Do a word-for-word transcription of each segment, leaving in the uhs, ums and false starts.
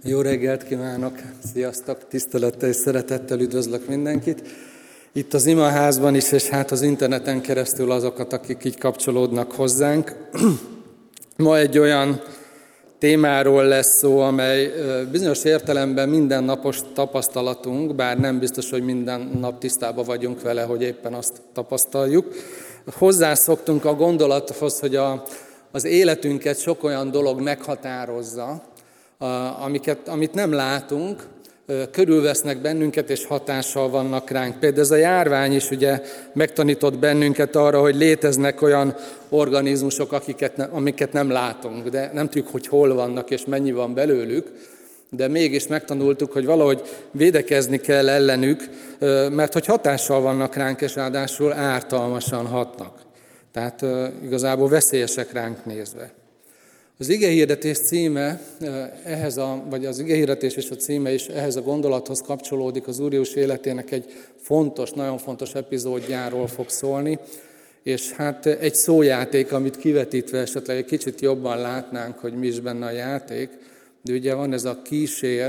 Jó reggelt kívánok! Sziasztok! Tisztelettel és szeretettel üdvözlök mindenkit! Itt az imaházban is, és hát az interneten keresztül azokat, akik így kapcsolódnak hozzánk. Ma egy olyan témáról lesz szó, amely bizonyos értelemben mindennapos tapasztalatunk, bár nem biztos, hogy minden nap tisztában vagyunk vele, hogy éppen azt tapasztaljuk. Hozzászoktunk a gondolathoz, hogy a, az életünket sok olyan dolog meghatározza, amiket, amit nem látunk, körülvesznek bennünket és hatással vannak ránk. Például ez a járvány is ugye megtanított bennünket arra, hogy léteznek olyan organizmusok, akiket, amiket nem látunk, de nem tudjuk, hogy hol vannak és mennyi van belőlük, de mégis megtanultuk, hogy valahogy védekezni kell ellenük, mert hogy hatással vannak ránk, és ráadásul ártalmasan hatnak. Tehát igazából veszélyesek ránk nézve. Az igehirdetés címe ehhez a, vagy az igehirdetés és a címe is ehhez a gondolathoz kapcsolódik, az Úr Jézus életének egy fontos, nagyon fontos epizódjáról fog szólni, és hát egy szójáték, amit kivetítve esetleg egy kicsit jobban látnánk, hogy mi is benne a játék, de ugye van ez a kísér,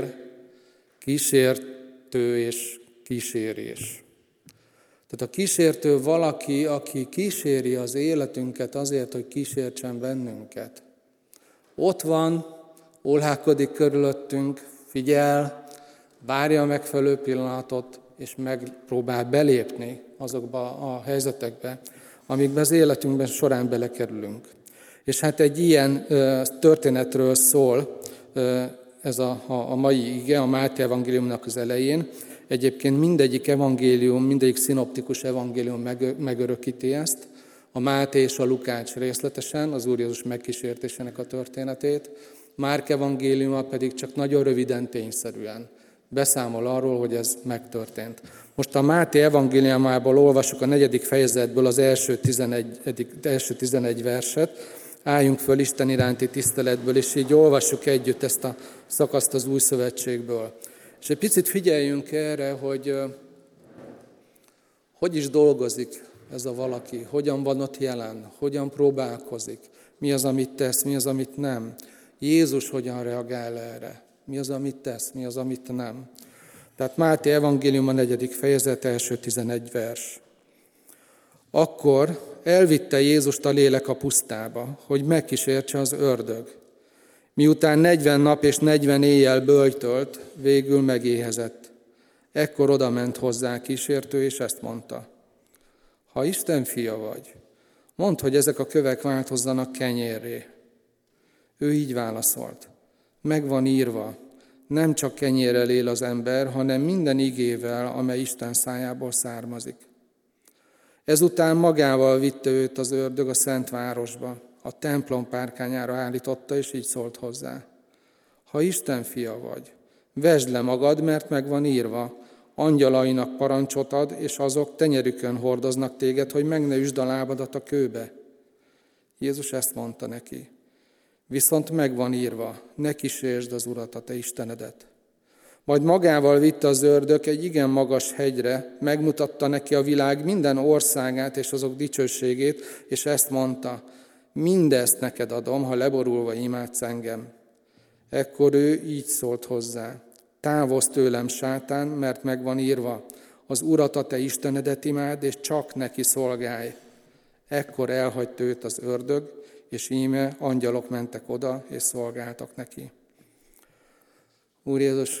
kísértő és kísérés. Tehát a kísértő valaki, aki kíséri az életünket azért, hogy kísértsen bennünket. Ott van, olhákodik körülöttünk, figyel, várja a megfelelő pillanatot, és megpróbál belépni azokba a helyzetekbe, amikbe az életünkben során belekerülünk. És hát egy ilyen történetről szól ez a, a mai ige, a Máté evangéliumnak az elején. Egyébként mindegyik evangélium, mindegyik szinoptikus evangélium megörökíti ezt, a Máté és a Lukács részletesen, az Úr Jézus megkísértésének a történetét, Márk evangéliuma pedig csak nagyon röviden, tényszerűen beszámol arról, hogy ez megtörtént. Most a Máté evangéliumából olvasjuk a negyedik fejezetből az első tizenegy, első tizenegy verset, álljunk föl Isten iránti tiszteletből, és így olvassuk együtt ezt a szakaszt az Új Szövetségből. És egy picit figyeljünk erre, hogy hogy is dolgozik ez a valaki, hogyan van ott jelen, hogyan próbálkozik, mi az, amit tesz, mi az, amit nem. Jézus hogyan reagál erre, mi az, amit tesz, mi az, amit nem. Tehát Máté evangélium a negyedik fejezet, első tizenegy vers. Akkor elvitte Jézust a lélek a pusztába, hogy megkísértse az ördög. Miután negyven nap és negyven éjjel böjtölt, végül megéhezett. Ekkor odament hozzá kísértő, és ezt mondta. Ha Isten fia vagy, mondd, hogy ezek a kövek változzanak kenyérré. Ő így válaszolt. Meg van írva, nem csak kenyérrel él az ember, hanem minden igével, amely Isten szájából származik. Ezután magával vitte őt az ördög a szent városba, a templom párkányára állította, és így szólt hozzá. Ha Isten fia vagy, vesd le magad, mert meg van írva, angyalainak parancsot ad, és azok tenyerükön hordoznak téged, hogy meg ne üsd a lábadat a kőbe. Jézus ezt mondta neki. Viszont meg van írva, ne kísérsd az Urat, a te Istenedet. Majd magával vitte az ördög egy igen magas hegyre, megmutatta neki a világ minden országát és azok dicsőségét, és ezt mondta, mindezt neked adom, ha leborulva imádsz engem. Ekkor ő így szólt hozzá. Távozz tőlem, sátán, mert meg van írva, az Urat, a te Istenedet imád, és csak neki szolgálj. Ekkor elhagyta őt az ördög, és íme angyalok mentek oda, és szolgáltak neki. Úr Jézus,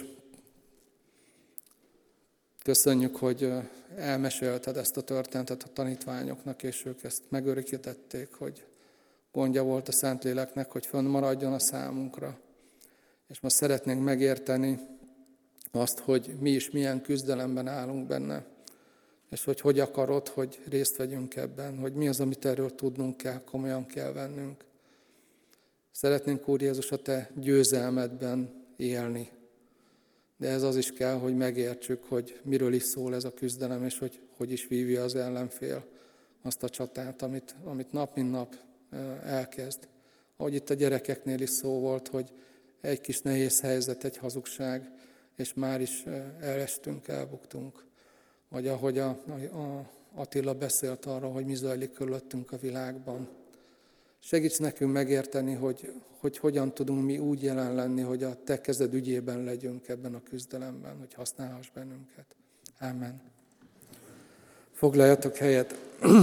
köszönjük, hogy elmesélted ezt a történetet a tanítványoknak, és ők ezt megörökítették, hogy gondja volt a Szentléleknek, hogy fönnmaradjon a számunkra. És most szeretnénk megérteni azt, hogy mi is milyen küzdelemben állunk benne, és hogy hogy akarod, hogy részt vegyünk ebben, hogy mi az, amit erről tudnunk kell, komolyan kell vennünk. Szeretnénk, Úr Jézus, a te győzelmedben élni, de ez az is kell, hogy megértsük, hogy miről is szól ez a küzdelem, és hogy hogy is vívja az ellenfél azt a csatát, amit, amit nap mint nap elkezd. Ahogy itt a gyerekeknél is szó volt, hogy egy kis nehéz helyzet, egy hazugság, és már is elestünk, elbuktunk. Vagy ahogy a, a, a Attila beszélt arról, hogy mi zajlik körülöttünk a világban. Segíts nekünk megérteni, hogy, hogy hogyan tudunk mi úgy jelen lenni, hogy a Te kezed ügyében legyünk ebben a küzdelemben, hogy használhass bennünket. Ámen. Foglaljatok helyet.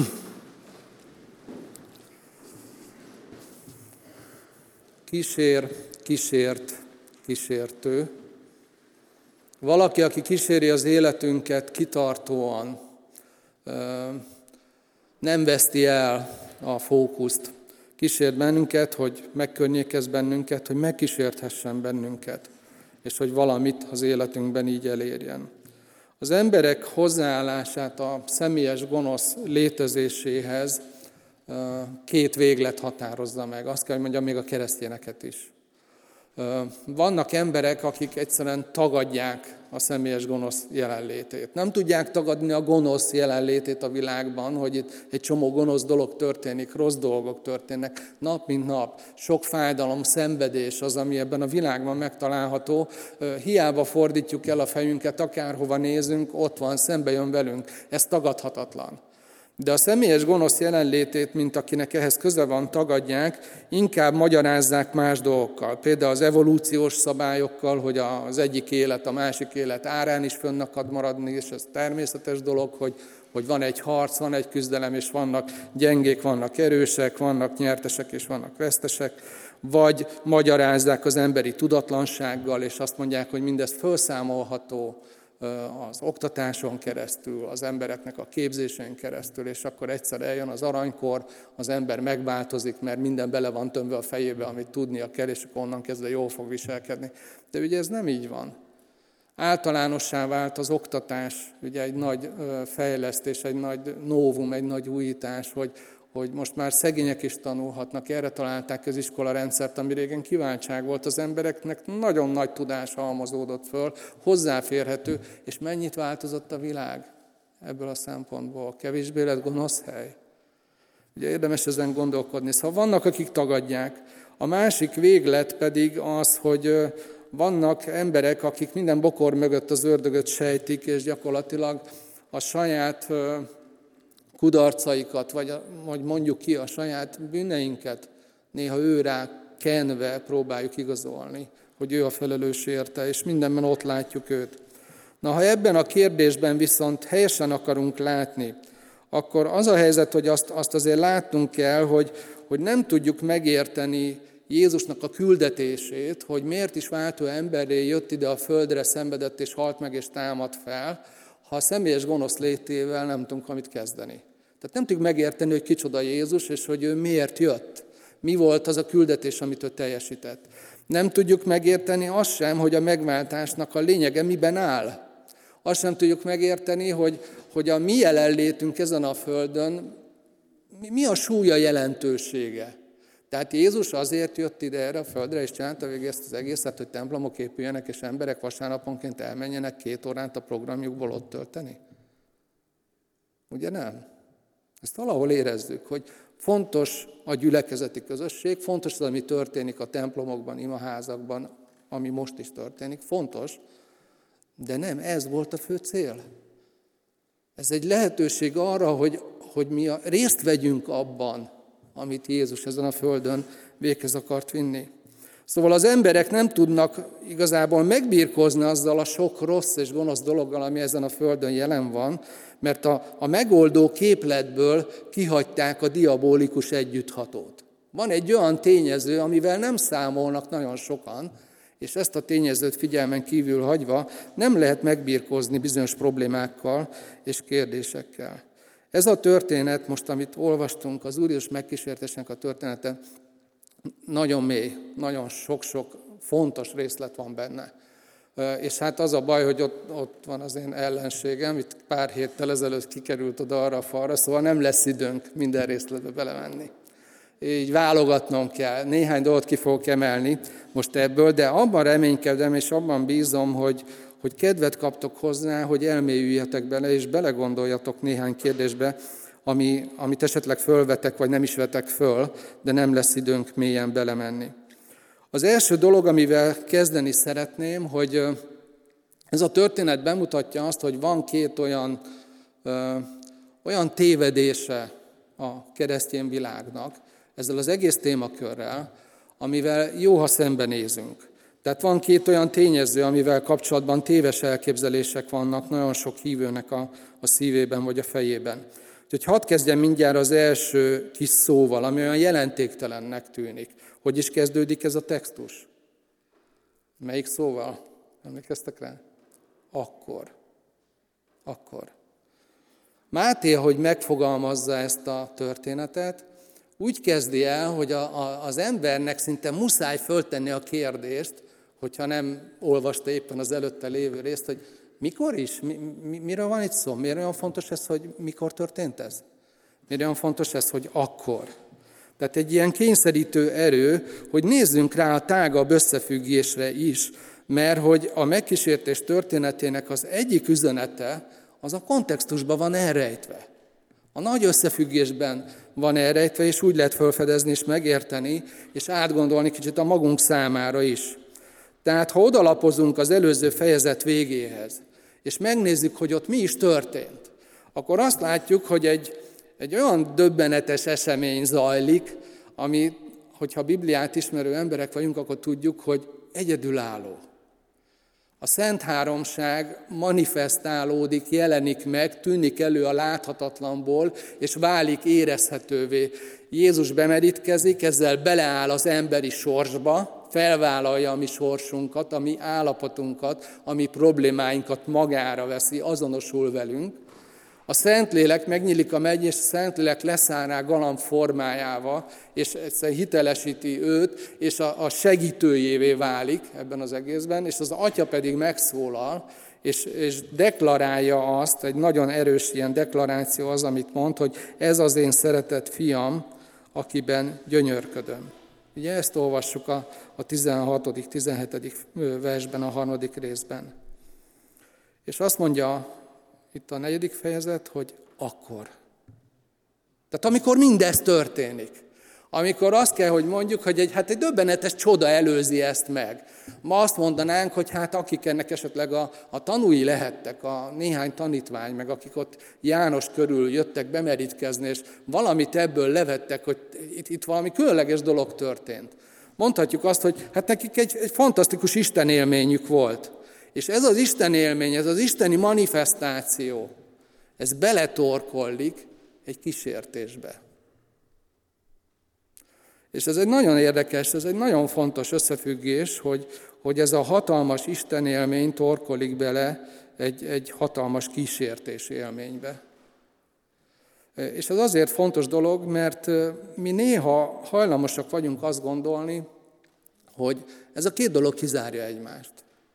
Kísér, kísért, kísértő. Valaki, aki kíséri az életünket kitartóan, nem veszti el a fókuszt. Kísért bennünket, hogy megkörnyékez bennünket, hogy megkísérthessen bennünket, és hogy valamit az életünkben így elérjen. Az emberek hozzáállását a személyes gonosz létezéséhez két véglet határozza meg. Azt kell, hogy mondjam, még a keresztényeket is. Vannak emberek, akik egyszerűen tagadják a személyes gonosz jelenlétét. Nem tudják tagadni a gonosz jelenlétét a világban, hogy itt egy csomó gonosz dolog történik, rossz dolgok történnek, nap mint nap. Sok fájdalom, szenvedés az, ami ebben a világban megtalálható. Hiába fordítjuk el a fejünket, akárhova nézünk, ott van, szembe jön velünk. Ez tagadhatatlan. De a személyes gonosz jelenlétét, mint akinek ehhez köze van, tagadják, inkább magyarázzák más dolgokkal. Például az evolúciós szabályokkal, hogy az egyik élet a másik élet árán is fönn akad maradni, és ez természetes dolog, hogy, hogy van egy harc, van egy küzdelem, és vannak gyengék, vannak erősek, vannak nyertesek, és vannak vesztesek. Vagy magyarázzák az emberi tudatlansággal, és azt mondják, hogy mindez felszámolható az oktatáson keresztül, az embereknek a képzésén keresztül, és akkor egyszer eljön az aranykor, az ember megváltozik, mert minden bele van tömve a fejébe, amit tudnia kell, és akkor onnan kezdve jól fog viselkedni. De ugye ez nem így van. Általánossá vált az oktatás, ugye egy nagy fejlesztés, egy nagy novum, egy nagy újítás, hogy, hogy most már szegények is tanulhatnak. Erre találták az iskolarendszert, ami régen kiváltság volt az embereknek, nagyon nagy tudás halmozódott föl, hozzáférhető, és mennyit változott a világ ebből a szempontból. Kevésbé lett gonosz hely. Ugye érdemes ezen gondolkodni. Szóval vannak, akik tagadják. A másik véglet pedig az, hogy vannak emberek, akik minden bokor mögött az ördögöt sejtik, és gyakorlatilag a saját kudarcaikat, vagy, vagy mondjuk ki a saját bűneinket, néha ő rá kenve próbáljuk igazolni, hogy ő a felelős érte, és mindenben ott látjuk őt. Na, ha ebben a kérdésben viszont helyesen akarunk látni, akkor az a helyzet, hogy azt, azt azért látnunk kell, hogy, hogy nem tudjuk megérteni Jézusnak a küldetését, hogy miért is váltó emberré jött ide a földre, szenvedett és halt meg és támad fel, ha a személyes gonosz létével nem tudunk amit kezdeni. Tehát nem tudjuk megérteni, hogy kicsoda Jézus, és hogy ő miért jött. Mi volt az a küldetés, amit ő teljesített. Nem tudjuk megérteni azt sem, hogy a megváltásnak a lényege miben áll. Azt sem tudjuk megérteni, hogy, hogy a mi jelenlétünk ezen a földön, mi a súlya, jelentősége. Tehát Jézus azért jött ide erre a földre, és csinálta végig ezt az egészet, hogy templomok épüljenek, és emberek vasárnaponként elmenjenek két órát a programjukból ott tölteni? Ugye nem? Ezt valahol érezzük, hogy fontos a gyülekezeti közösség, fontos az, ami történik a templomokban, imaházakban, ami most is történik, fontos, de nem ez volt a fő cél. Ez egy lehetőség arra, hogy, hogy mi a, részt vegyünk abban, amit Jézus ezen a földön véghez akart vinni. Szóval az emberek nem tudnak igazából megbirkózni azzal a sok rossz és gonosz dologgal, ami ezen a földön jelen van, mert a, a megoldó képletből kihagyták a diabolikus együtthatót. Van egy olyan tényező, amivel nem számolnak nagyon sokan, és ezt a tényezőt figyelmen kívül hagyva nem lehet megbirkózni bizonyos problémákkal és kérdésekkel. Ez a történet, most amit olvastunk, az Úr Jézus megkísértésnek a története, nagyon mély, nagyon sok-sok fontos részlet van benne. És hát az a baj, hogy ott, ott van az én ellenségem, itt pár héttel ezelőtt kikerült oda arra a falra, szóval nem lesz időnk minden részletbe belemenni. Így válogatnom kell, néhány dolgot ki fogok emelni most ebből, de abban reménykedem és abban bízom, hogy, hogy kedvet kaptok hozzá, hogy elmélyüljetek bele, és belegondoljatok néhány kérdésbe, ami, amit esetleg fölvetek, vagy nem is vetek föl, de nem lesz időnk mélyen belemenni. Az első dolog, amivel kezdeni szeretném, hogy ez a történet bemutatja azt, hogy van két olyan, ö, olyan tévedése a keresztény világnak, ezzel az egész témakörrel, amivel jó, ha szembenézünk. Tehát van két olyan tényező, amivel kapcsolatban téves elképzelések vannak nagyon sok hívőnek a, a szívében vagy a fejében. Úgyhogy hadd kezdjem mindjárt az első kis szóval, ami olyan jelentéktelennek tűnik. Hogy is kezdődik ez a textus? Melyik szóval? Emlékeztek rá? Akkor. Akkor. Máté, ahogy megfogalmazza ezt a történetet, úgy kezdi el, hogy a, a, az embernek szinte muszáj föltenni a kérdést, hogyha nem olvasta éppen az előtte lévő részt, hogy mikor is? Mi, mi, miről van itt szó? Miért olyan fontos ez, hogy mikor történt ez? Miért olyan fontos ez, hogy akkor? Tehát egy ilyen kényszerítő erő, hogy nézzünk rá a tágabb összefüggésre is, mert hogy a megkísértés történetének az egyik üzenete, az a kontextusban van elrejtve. A nagy összefüggésben van elrejtve, és úgy lehet felfedezni és megérteni, és átgondolni kicsit a magunk számára is. Tehát ha odalapozunk az előző fejezet végéhez, és megnézzük, hogy ott mi is történt, akkor azt látjuk, hogy egy, egy olyan döbbenetes esemény zajlik, ami, hogyha a Bibliát ismerő emberek vagyunk, akkor tudjuk, hogy egyedülálló. A Szent Háromság manifestálódik, jelenik meg, tűnik elő a láthatatlanból, és válik érezhetővé. Jézus bemerítkezik, ezzel beleáll az emberi sorsba, felvállalja a mi sorsunkat, a mi állapotunkat, a mi problémáinkat magára veszi, azonosul velünk. A Szentlélek megnyílik a megy, és a Szentlélek leszáll rá galamb formájával, és egyszerűen hitelesíti őt, és a, a segítőjévé válik ebben az egészben, és az Atya pedig megszólal, és, és deklarálja azt, egy nagyon erős ilyen deklaráció az, amit mond, hogy ez az én szeretett fiam, akiben gyönyörködöm. Ugye ezt olvassuk a, a tizenhatodik tizenhetedik versben, a harmadik részben. És azt mondja itt a negyedik fejezet, hogy akkor. Tehát amikor mindez történik, amikor azt kell, hogy mondjuk, hogy egy, hát egy döbbenetes csoda előzi ezt meg. Ma azt mondanánk, hogy hát akik ennek esetleg a, a tanúi lehettek, a néhány tanítvány, meg akik ott János körül jöttek bemerítkezni, és valamit ebből levettek, hogy itt, itt valami különleges dolog történt. Mondhatjuk azt, hogy hát nekik egy, egy fantasztikus Isten élményük volt. És ez az Isten élmény, ez az isteni manifestáció, ez beletorkollik egy kísértésbe. És ez egy nagyon érdekes, ez egy nagyon fontos összefüggés, hogy, hogy ez a hatalmas Isten élmény torkolik bele egy, egy hatalmas kísértés élménybe. És ez azért fontos dolog, mert mi néha hajlamosak vagyunk azt gondolni, hogy ez a két dolog kizárja egymást.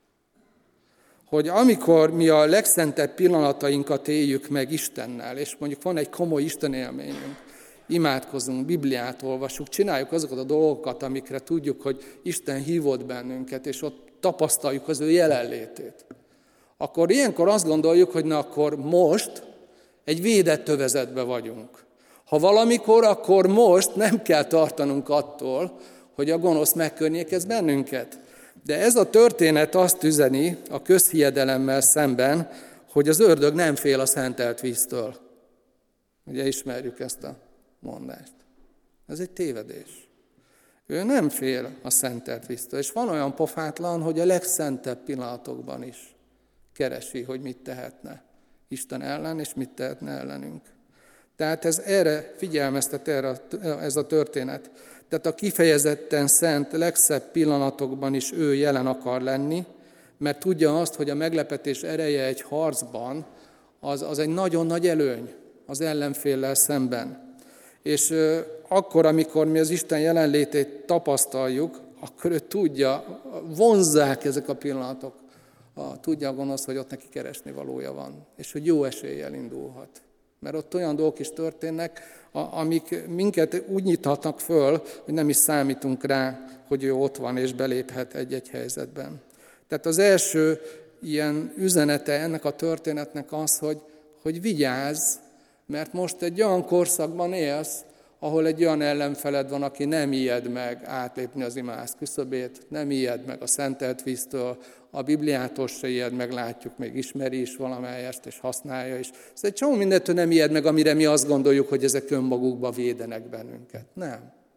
Hogy amikor mi a legszentebb pillanatainkat éljük meg Istennel, és mondjuk van egy komoly Isten élményünk, imádkozunk, Bibliát olvasunk, csináljuk azokat a dolgokat, amikre tudjuk, hogy Isten hívott bennünket, és ott tapasztaljuk az ő jelenlétét. Akkor ilyenkor azt gondoljuk, hogy na akkor most egy védett övezetben vagyunk. Ha valamikor, akkor most nem kell tartanunk attól, hogy a gonosz megkörnyékez bennünket. De ez a történet azt üzeni a közhiedelemmel szemben, hogy az ördög nem fél a szentelt víztől. Ugye ismerjük ezt a mondást. Ez egy tévedés. Ő nem fél a szentelt víztől, és van olyan pofátlan, hogy a legszentebb pillanatokban is keresi, hogy mit tehetne Isten ellen, és mit tehetne ellenünk. Tehát ez erre figyelmeztet erre, ez a történet. Tehát a kifejezetten szent, legszebb pillanatokban is ő jelen akar lenni, mert tudja azt, hogy a meglepetés ereje egy harcban az, az egy nagyon nagy előny az ellenféllel szemben. És akkor, amikor mi az Isten jelenlétét tapasztaljuk, akkor ő tudja, vonzzák ezek a pillanatok, a, tudja a gonosz, hogy ott neki keresni valója van, és hogy jó eséllyel indulhat. Mert ott olyan dolgok is történnek, amik minket úgy nyithatnak föl, hogy nem is számítunk rá, hogy ő ott van és beléphet egy-egy helyzetben. Tehát az első ilyen üzenete ennek a történetnek az, hogy, hogy vigyázz, mert most egy olyan korszakban élsz, ahol egy olyan ellenfeled van, aki nem ijed meg átlépni az imász küszöbét, nem ijed meg a szentelt víztől, a Bibliától se ijed meg, látjuk, még ismeri is valamelyest, és használja is. Ez egy csomó mindentől nem ijed meg, amire mi azt gondoljuk, hogy ezek önmagukba védenek bennünket. Nem.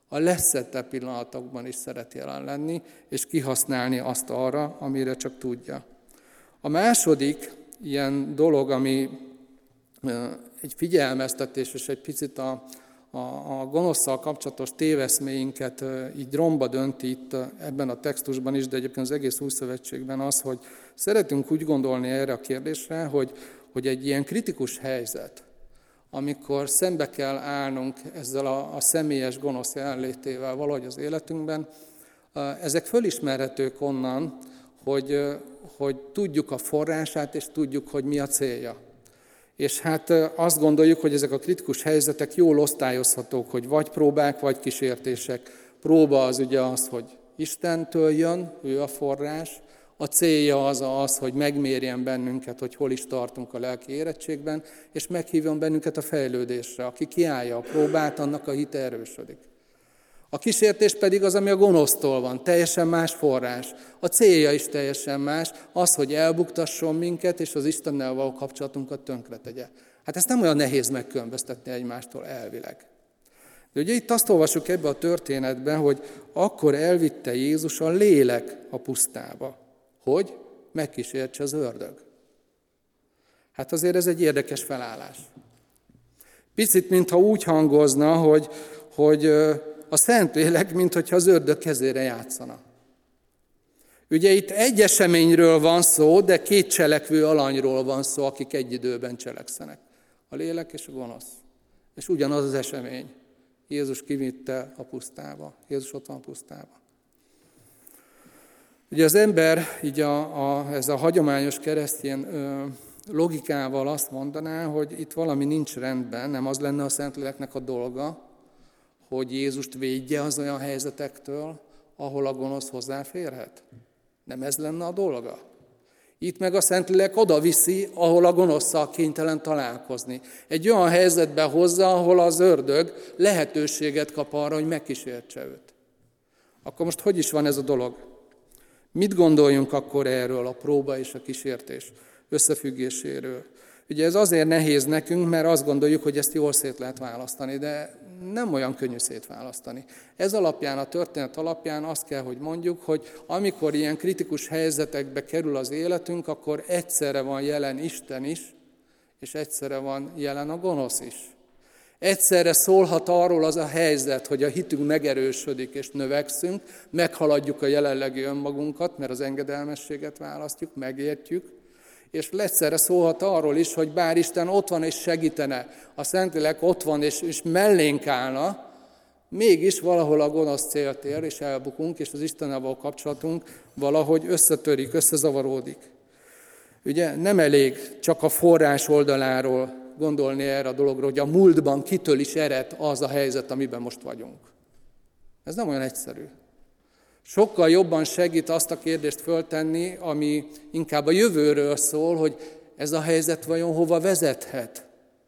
A leszettebb pillanatokban is szeret jelen lenni, és kihasználni azt arra, amire csak tudja. A második ilyen dolog, ami egy figyelmeztetés, és egy picit a, a, a gonoszszal kapcsolatos téveszméinket így romba dönti itt ebben a textusban is, de egyébként az egész Új Szövetségben az, hogy szeretünk úgy gondolni erre a kérdésre, hogy, hogy egy ilyen kritikus helyzet, amikor szembe kell állnunk ezzel a, a személyes gonosz jelenlétével valahogy az életünkben, ezek fölismerhetők onnan, hogy, hogy tudjuk a forrását, és tudjuk, hogy mi a célja. És hát azt gondoljuk, hogy ezek a kritikus helyzetek jól osztályozhatók, hogy vagy próbák, vagy kísértések. Próba az ugye az, hogy Istentől jön, ő a forrás. A célja az az, hogy megmérjen bennünket, hogy hol is tartunk a lelki érettségben, és meghívjon bennünket a fejlődésre. Aki kiállja a próbát, annak a hite erősödik. A kísértés pedig az, ami a gonosztól van, teljesen más forrás. A célja is teljesen más, az, hogy elbuktasson minket, és az Istennel való kapcsolatunkat tönkretegye. Hát ezt nem olyan nehéz megkülönböztetni egymástól elvileg. De ugye itt azt olvasjuk ebbe a történetben, hogy akkor elvitte Jézus a lélek a pusztába, hogy megkísértse az ördög. Hát azért ez egy érdekes felállás. Picit, mintha úgy hangozna, hogy, hogy a Szentlélek, mintha az ördög kezére játszana. Ugye itt egy eseményről van szó, de két cselekvő alanyról van szó, akik egy időben cselekszenek. A lélek és a gonosz. És ugyanaz az esemény. Jézus kivitte a pusztába. Jézus ott van a pusztába. Ugye az ember, így a, a, ez a hagyományos keresztény ö, logikával azt mondaná, hogy itt valami nincs rendben, nem az lenne a Szentléleknek a dolga, hogy Jézust védje az olyan helyzetektől, ahol a gonosz hozzáférhet. Nem ez lenne a dolga? Itt meg a Szentlélek oda viszi, ahol a gonoszszal kénytelen találkozni. Egy olyan helyzetbe hozza, ahol az ördög lehetőséget kap arra, hogy megkísértse őt. Akkor most hogy is van ez a dolog? Mit gondoljunk akkor erről a próba és a kísértés összefüggéséről? Ugye ez azért nehéz nekünk, mert azt gondoljuk, hogy ezt jól szét lehet választani, de nem olyan könnyű szétválasztani. Ez alapján, a történet alapján azt kell, hogy mondjuk, hogy amikor ilyen kritikus helyzetekbe kerül az életünk, akkor egyszerre van jelen Isten is, és egyszerre van jelen a gonosz is. Egyszerre szólhat arról az a helyzet, hogy a hitünk megerősödik és növekszünk, meghaladjuk a jelenlegi önmagunkat, mert az engedelmességet választjuk, megértjük, és egyszerre szólhat arról is, hogy bár Isten ott van és segítene, a Szentlélek ott van és, és mellénk állna, mégis valahol a gonosz célt ér, és elbukunk, és az Istennel való kapcsolatunk valahogy összetörik, összezavaródik. Ugye nem elég csak a forrás oldaláról gondolni erre a dologra, hogy a múltban kitől is ered az a helyzet, amiben most vagyunk. Ez nem olyan egyszerű. Sokkal jobban segít azt a kérdést föltenni, ami inkább a jövőről szól, hogy ez a helyzet vajon hova vezethet.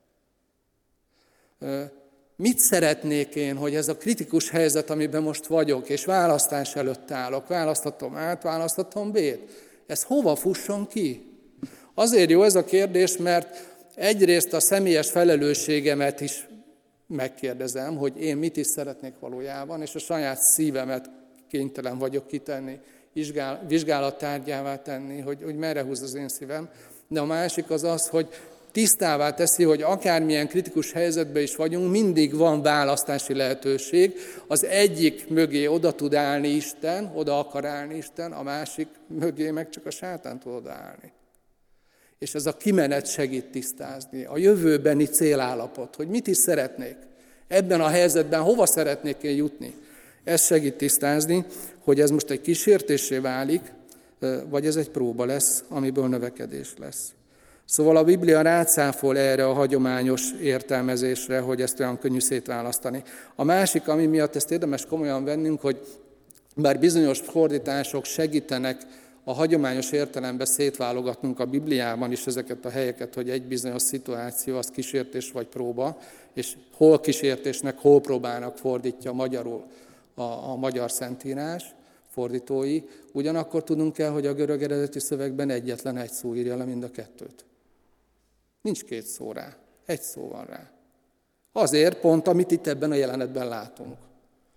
Mit szeretnék én, hogy ez a kritikus helyzet, amiben most vagyok, és választás előtt állok, választhatom át, választhatom B-t, ez hova fusson ki? Azért jó ez a kérdés, mert egyrészt a személyes felelősségemet is megkérdezem, hogy én mit is szeretnék valójában, és a saját szívemet kénytelen vagyok kitenni, vizsgálattárgyává tenni, hogy, hogy merre húz az én szívem. De a másik az az, hogy tisztává teszi, hogy akármilyen kritikus helyzetben is vagyunk, mindig van választási lehetőség. Az egyik mögé oda tud állni Isten, oda akar állni Isten, a másik mögé meg csak a sátán tud odaállni. És ez a kimenet segít tisztázni, a jövőbeni célállapot, hogy mit is szeretnék. Ebben a helyzetben hova szeretnék én jutni. Ez segít tisztázni, hogy ez most egy kísértésé válik, vagy ez egy próba lesz, amiből növekedés lesz. Szóval a Biblia rácáfol erre a hagyományos értelmezésre, hogy ezt olyan könnyű szétválasztani. A másik, ami miatt ezt érdemes komolyan vennünk, hogy bár bizonyos fordítások segítenek a hagyományos értelemben szétválogatnunk a Bibliában is ezeket a helyeket, hogy egy bizonyos szituáció az kísértés vagy próba, és hol kísértésnek, hol próbának fordítja magyarul a, a magyar szentírás fordítói. Ugyanakkor tudnunk kell, hogy a görög eredeti szövegben egyetlen egy szó írja le mind a kettőt. Nincs két szó rá, egy szó van rá. Azért pont, amit itt ebben a jelenetben látunk.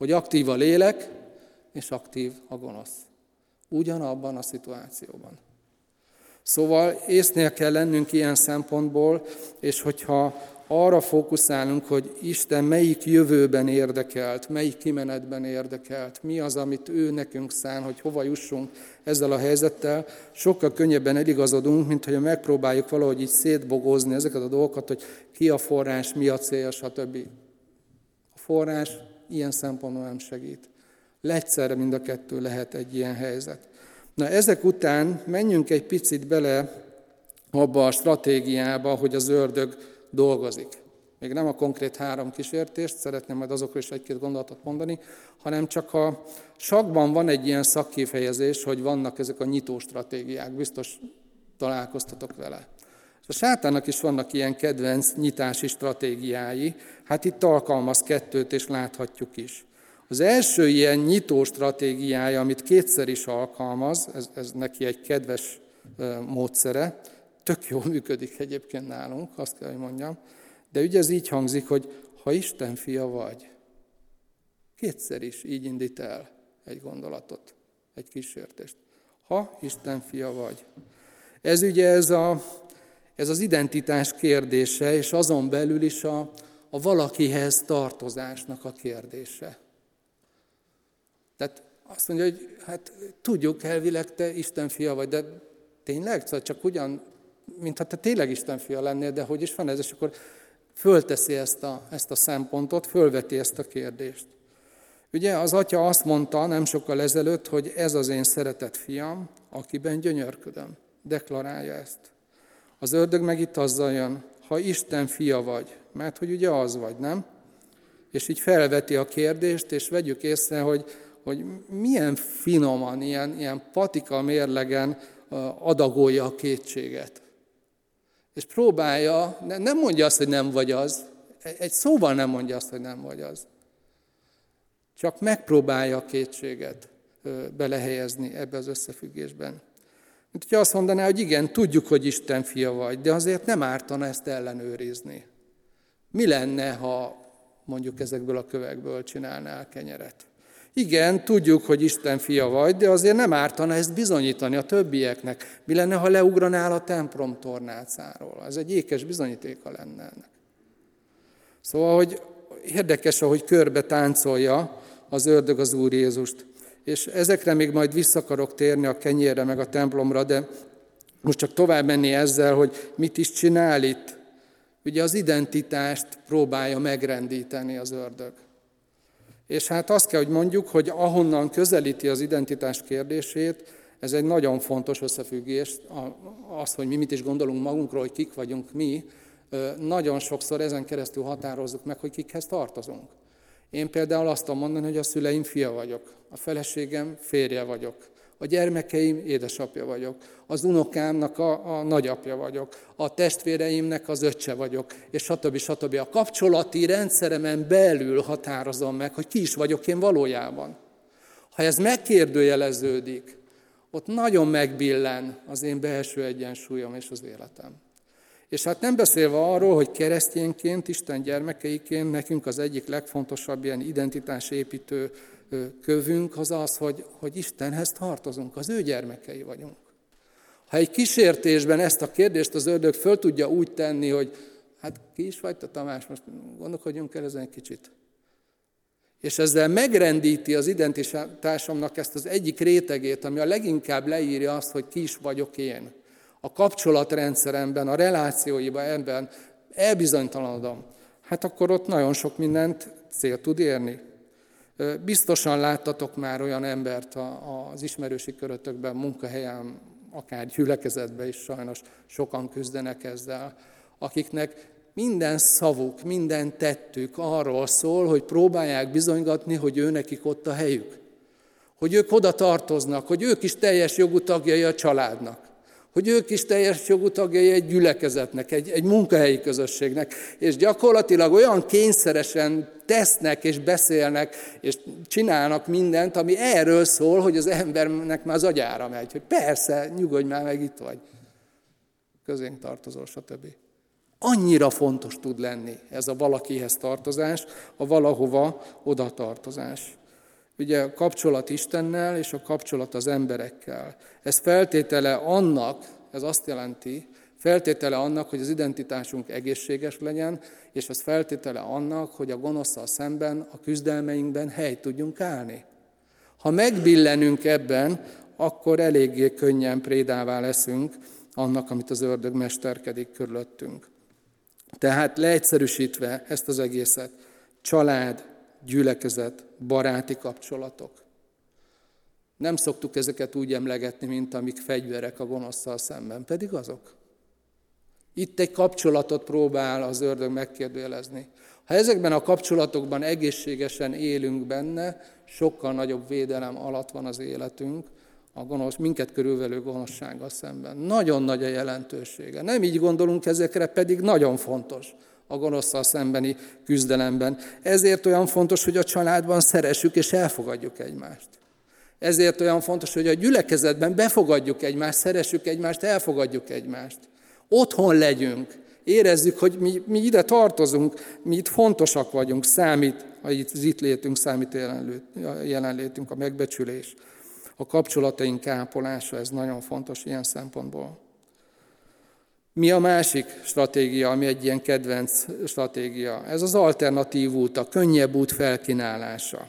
hogy aktív a lélek, és aktív a gonosz. Ugyanabban a szituációban. Szóval észnél kell lennünk ilyen szempontból, és hogyha arra fókuszálunk, hogy Isten melyik jövőben érdekelt, melyik kimenetben érdekelt, mi az, amit ő nekünk szán, hogy hova jussunk ezzel a helyzettel, sokkal könnyebben eligazodunk, mint hogy megpróbáljuk valahogy így szétbogozni ezeket a dolgokat, hogy ki a forrás, mi a cél, stb. A forrás ilyen szempontból nem segít. Egyszerre mind a kettő lehet egy ilyen helyzet. Na ezek után menjünk egy picit bele abba a stratégiába, hogy az ördög dolgozik. Még nem a konkrét három kísértést, szeretném majd azokról is egy-két gondolatot mondani, hanem csak a sakkban van egy ilyen szakkifejezés, hogy vannak ezek a nyitó stratégiák, biztos találkoztatok vele. A sátánnak is vannak ilyen kedvenc nyitási stratégiái, hát itt alkalmaz kettőt, és láthatjuk is. Az első ilyen nyitó stratégiája, amit kétszer is alkalmaz, ez, ez neki egy kedves módszere, tök jól működik egyébként nálunk, azt kell, hogy mondjam, de ugye ez így hangzik, hogy ha Isten fia vagy, kétszer is így indít el egy gondolatot, egy kísértést. Ha Isten fia vagy. Ez ugye ez, a, ez az identitás kérdése, és azon belül is a, a valakihez tartozásnak a kérdése. Tehát azt mondja, hogy hát tudjuk elvileg, te Isten fia vagy, de tényleg? Szóval csak ugyan, mintha te tényleg Isten fia lennél, de hogy is van ez? És akkor fölteszi ezt a, ezt a szempontot, fölveti ezt a kérdést. Ugye az atya azt mondta nem sokkal ezelőtt, hogy ez az én szeretett fiam, akiben gyönyörködöm. Deklarálja ezt. Az ördög meg itt azzal jön, ha Isten fia vagy, mert hogy ugye az vagy, nem? És így felveti a kérdést, és vegyük észre, hogy, hogy milyen finoman, ilyen, ilyen patika mérlegen adagolja a kétséget. És próbálja, nem mondja azt, hogy nem vagy az, egy szóval nem mondja azt, hogy nem vagy az. Csak megpróbálja a kétséget belehelyezni ebbe az összefüggésben. Mint hogyha azt mondaná, hogy igen, tudjuk, hogy Isten fia vagy, de azért nem ártana ezt ellenőrizni. Mi lenne, ha mondjuk ezekből a kövekből csinálnál kenyeret? Igen, tudjuk, hogy Isten fia vagy, de azért nem ártana ezt bizonyítani a többieknek. Mi lenne, ha leugranál a templom tornácáról? Ez egy ékes bizonyítéka lenne ennek. Szóval, hogy érdekes, ahogy körbe táncolja az ördög az Úr Jézust. És ezekre még majd vissza akarok térni, a kenyérre meg a templomra, de most csak tovább menni ezzel, hogy mit is csinál itt. Ugye az identitást próbálja megrendíteni az ördög. És hát azt kell, hogy mondjuk, hogy ahonnan közelíti az identitás kérdését, ez egy nagyon fontos összefüggés, az, hogy mi mit is gondolunk magunkról, hogy kik vagyunk mi, nagyon sokszor ezen keresztül határozzuk meg, hogy kikhez tartozunk. Én például azt tudom mondani, hogy a szüleim fia vagyok, a feleségem férje vagyok, a gyermekeim édesapja vagyok, az unokámnak a, a nagyapja vagyok, a testvéreimnek az öccse vagyok, és stb. stb. A kapcsolati rendszeremen belül határozom meg, hogy ki is vagyok én valójában. Ha ez megkérdőjeleződik, ott nagyon megbillen az én belső egyensúlyom és az életem. És hát nem beszélve arról, hogy keresztényként, Isten gyermekeiként nekünk az egyik legfontosabb ilyen identitásépítő kövünk az az, hogy, hogy Istenhez tartozunk, az ő gyermekei vagyunk. Ha egy kísértésben ezt a kérdést az ördög föl tudja úgy tenni, hogy hát ki is vagy te, Tamás, most gondolkodjunk el ezen egy kicsit. És ezzel megrendíti az identitásomnak ezt az egyik rétegét, ami a leginkább leírja azt, hogy ki is vagyok én. A kapcsolatrendszeremben, a relációiban ebben elbizonytalanodom. Hát akkor ott nagyon sok mindent cél tud érni. Biztosan láttatok már olyan embert az ismerősi körötökben, munkahelyen, akár gyülekezetben is sajnos sokan küzdenek ezzel, akiknek minden szavuk, minden tettük arról szól, hogy próbálják bizonygatni, hogy ő nekik ott a helyük. Hogy ők oda tartoznak, hogy ők is teljes jogú tagjai a családnak. Hogy ők is teljes jogú tagjai egy gyülekezetnek, egy, egy munkahelyi közösségnek, és gyakorlatilag olyan kényszeresen tesznek és beszélnek, és csinálnak mindent, ami erről szól, hogy az embernek már az agyára megy, hogy persze, nyugodj már meg, itt vagy, közénk tartozol, stb. Annyira fontos tud lenni ez a valakihez tartozás, a valahova oda tartozás. Ugye a kapcsolat Istennel és a kapcsolat az emberekkel. Ez feltétele annak, ez azt jelenti, feltétele annak, hogy az identitásunk egészséges legyen, és ez feltétele annak, hogy a gonoszszal szemben, a küzdelmeinkben helyt tudjunk állni. Ha megbillenünk ebben, akkor eléggé könnyen prédává leszünk annak, amit az ördög mesterkedik körülöttünk. Tehát leegyszerűsítve ezt az egészet, család, gyülekezet, baráti kapcsolatok. Nem szoktuk ezeket úgy emlegetni, mint amik fegyverek a gonoszszal szemben, pedig azok. Itt egy kapcsolatot próbál az ördög megkérdőjelezni. Ha ezekben a kapcsolatokban egészségesen élünk benne, sokkal nagyobb védelem alatt van az életünk a gonosz, minket körülvelő gonoszsággal szemben. Nagyon nagy a jelentősége. Nem így gondolunk ezekre, pedig nagyon fontos a gonoszszal szembeni küzdelemben. Ezért olyan fontos, hogy a családban szeressük és elfogadjuk egymást. Ezért olyan fontos, hogy a gyülekezetben befogadjuk egymást, szeressük egymást, elfogadjuk egymást. Otthon legyünk, érezzük, hogy mi, mi ide tartozunk, mi itt fontosak vagyunk, számít, ha az itt létünk, számít a jelenlétünk, a megbecsülés. A kapcsolataink ápolása, ez nagyon fontos ilyen szempontból. Mi a másik stratégia, ami egy ilyen kedvenc stratégia? Ez az alternatív út, a könnyebb út felkínálása.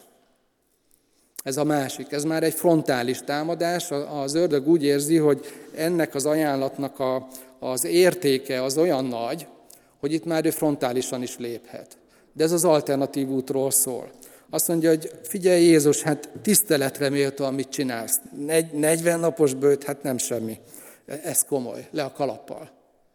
Ez a másik, ez már egy frontális támadás, az ördög úgy érzi, hogy ennek az ajánlatnak a, az értéke az olyan nagy, hogy itt már ő frontálisan is léphet. De ez az alternatív útról szól. Azt mondja, hogy figyelj Jézus, hát tiszteletre méltó, amit csinálsz. negyven napos bőt, hát nem semmi. Ez komoly, le a kalappal.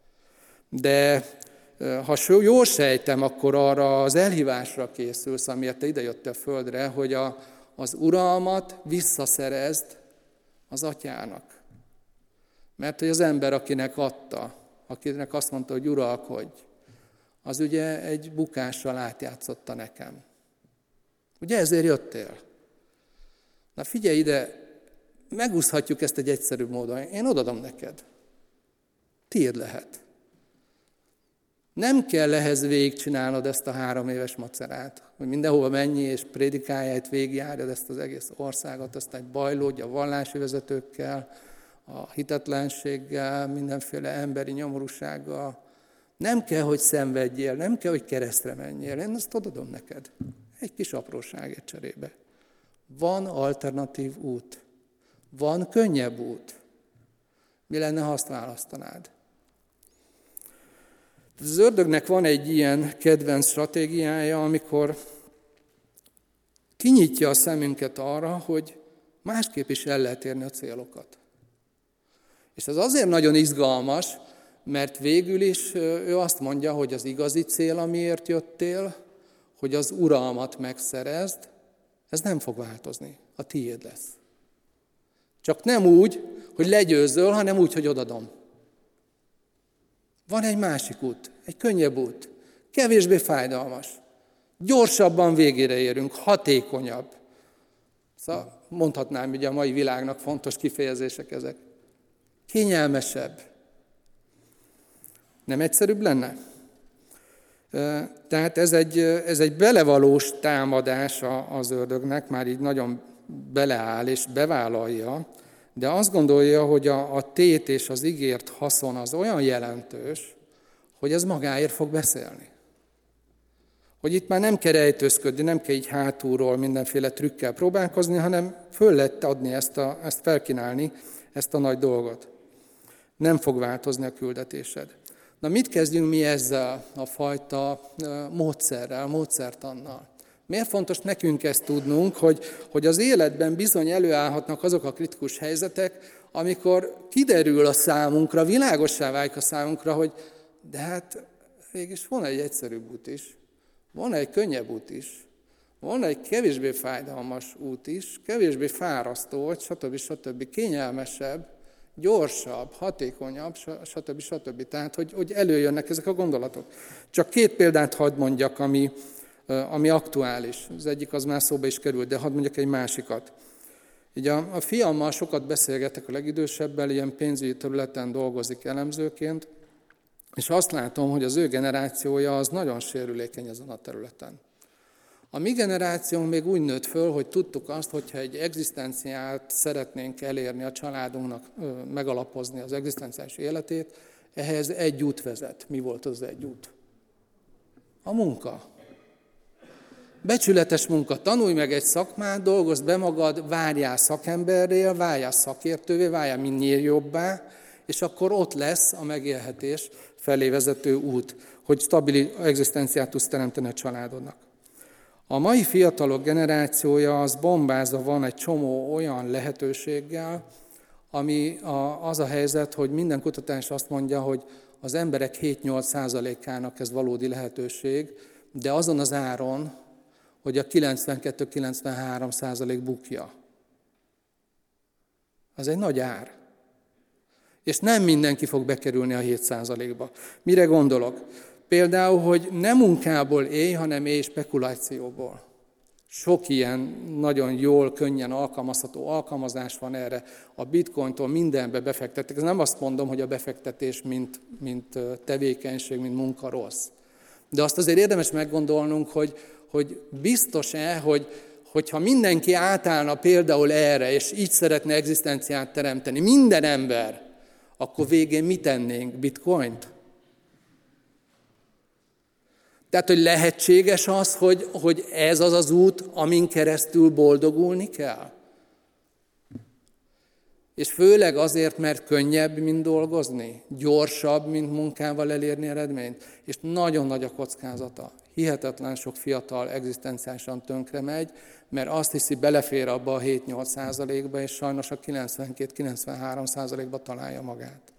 De ha jól sejtem, akkor arra az elhívásra készülsz, amiért te idejöttél a földre, hogy a, az uralmat visszaszerezd az atyának. Mert hogy az ember, akinek adta, akinek azt mondta, hogy uralkodj, az ugye egy bukással átjátszotta nekem. Ugye ezért jöttél? Na figyelj ide, megúszhatjuk ezt egy egyszerű módon. Én odadom neked. Tiéd lehet. Nem kell ehhez végigcsinálnod ezt a három éves macerát, hogy mindenhova mennyi és prédikálját végigjárjad ezt az egész országot, aztán bajlódj a vallási vezetőkkel, a hitetlenséggel, mindenféle emberi nyomorúsággal. Nem kell, hogy szenvedjél, nem kell, hogy keresztre menjél. Én ezt odadom neked. Egy kis apróságért cserébe. Van alternatív út. Van könnyebb út. Mi lenne, ha azt választanád? Az ördögnek van egy ilyen kedvenc stratégiája, amikor kinyitja a szemünket arra, hogy másképp is el lehet érni a célokat. És ez azért nagyon izgalmas, mert végül is ő azt mondja, hogy az igazi cél, amiért jöttél, hogy az uralmat megszerezd, ez nem fog változni, a tiéd lesz. Csak nem úgy, hogy legyőzöl, hanem úgy, hogy odadom. Van egy másik út, egy könnyebb út, kevésbé fájdalmas. Gyorsabban végére érünk, hatékonyabb. Szóval mondhatnám, ugye a mai világnak fontos kifejezések ezek. Kényelmesebb. Nem egyszerűbb lenne? Tehát ez egy, ez egy belevalós támadás az ördögnek, már így nagyon beleáll és bevállalja, de azt gondolja, hogy a, a tét és az ígért haszon az olyan jelentős, hogy ez magáért fog beszélni. Hogy itt már nem kell rejtőzködni, nem kell így hátulról mindenféle trükkel próbálkozni, hanem föl lehet adni ezt, a, ezt felkínálni, ezt a nagy dolgot. Nem fog változni a küldetésed. Na mit kezdjünk mi ezzel a fajta módszerrel, módszertannal? Miért fontos nekünk ezt tudnunk, hogy, hogy az életben bizony előállhatnak azok a kritikus helyzetek, amikor kiderül a számunkra, világossá válik a számunkra, hogy de hát mégis van egy egyszerűbb út is, van egy könnyebb út is, van egy kevésbé fájdalmas út is, kevésbé fárasztó, stb. stb. Kényelmesebb, gyorsabb, hatékonyabb, stb. stb. Tehát, hogy, hogy előjönnek ezek a gondolatok. Csak két példát hadd mondjak, ami, ami aktuális. Az egyik az már szóba is került, de hadd mondjak egy másikat. Így a, a fiammal sokat beszélgetek, a legidősebbel, ilyen pénzügyi területen dolgozik elemzőként, És azt látom, hogy az ő generációja az nagyon sérülékeny ezen a területen. A mi generációnk még úgy nőtt föl, hogy tudtuk azt, hogyha egy egzisztenciát szeretnénk elérni a családunknak, megalapozni az egzisztenciális életét, ehhez egy út vezet. Mi volt az egy út? A munka. Becsületes munka. Tanulj meg egy szakmát, dolgozd be magad, várjál szakemberrel, váljál szakértővé, váljál minél jobbá, és akkor ott lesz a megélhetés felé vezető út, hogy stabil egzisztenciát tudsz teremteni a családodnak. A mai fiatalok generációja az bombázva van egy csomó olyan lehetőséggel, ami a, az a helyzet, hogy minden kutatás azt mondja, hogy az emberek hét-nyolc százalékának ez valódi lehetőség, de azon az áron, hogy a kilencvenkettő-kilencvenhárom százalék bukja. Az egy nagy ár. És nem mindenki fog bekerülni a hét százalékba. Mire gondolok? Például, hogy nem munkából élj, hanem élj spekulációból. Sok ilyen nagyon jól, könnyen alkalmazható alkalmazás van erre. A bitcointól mindenbe befektettek. Ez nem azt mondom, hogy a befektetés, mint, mint tevékenység, mint munka rossz. De azt azért érdemes meggondolnunk, hogy, hogy biztos-e, hogy hogyha mindenki átállna például erre, és így szeretne egzisztenciát teremteni, minden ember, akkor végén mit tennénk? Bitcoint? Tehát, hogy lehetséges az, hogy, hogy ez az az út, amin keresztül boldogulni kell? És főleg azért, mert könnyebb, mint dolgozni, gyorsabb, mint munkával elérni eredményt, és nagyon nagy a kockázata. Hihetetlen sok fiatal egzisztenciálisan tönkre megy, mert azt hiszi, belefér abba a hét-nyolc százalékba, és sajnos a kilencvenkét-kilencvenhárom százalékba találja magát.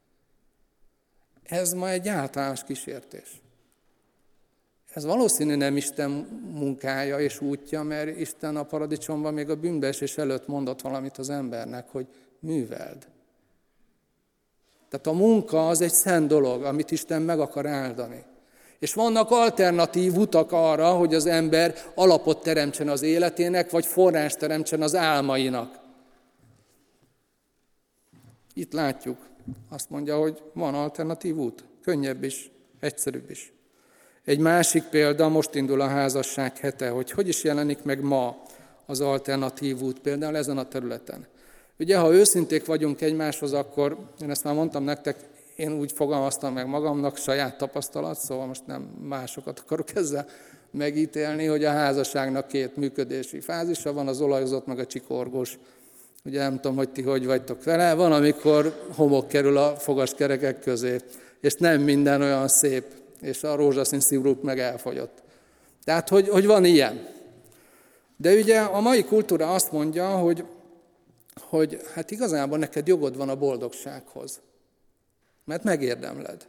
Ez ma egy általános kísértés. Ez valószínű nem Isten munkája és útja, mert Isten a paradicsomban még a bűnbeesés előtt mondott valamit az embernek, hogy műveld. Tehát a munka az egy szent dolog, amit Isten meg akar áldani. És vannak alternatív utak arra, hogy az ember alapot teremtsen az életének, vagy forrást teremtsen az álmainak. Itt látjuk, azt mondja, hogy van alternatív út, könnyebb is, egyszerűbb is. Egy másik példa, most indul a házasság hete, hogy hogy is jelenik meg ma az alternatív út, például ezen a területen. Ugye, ha őszinték vagyunk egymáshoz, akkor, én ezt már mondtam nektek, én úgy fogalmaztam meg magamnak, saját tapasztalat, szóval most nem másokat akarok ezzel megítélni, hogy a házasságnak két működési fázisa van, az olajozott meg a csikorgós. Ugye nem tudom, hogy ti hogy vagytok vele, van, amikor homok kerül a fogaskerekek közé, és nem minden olyan szép, és a rózsaszín szirup meg elfogyott. Tehát, hogy, hogy van ilyen. De ugye a mai kultúra azt mondja, hogy, hogy hát igazából neked jogod van a boldogsághoz. Mert megérdemled.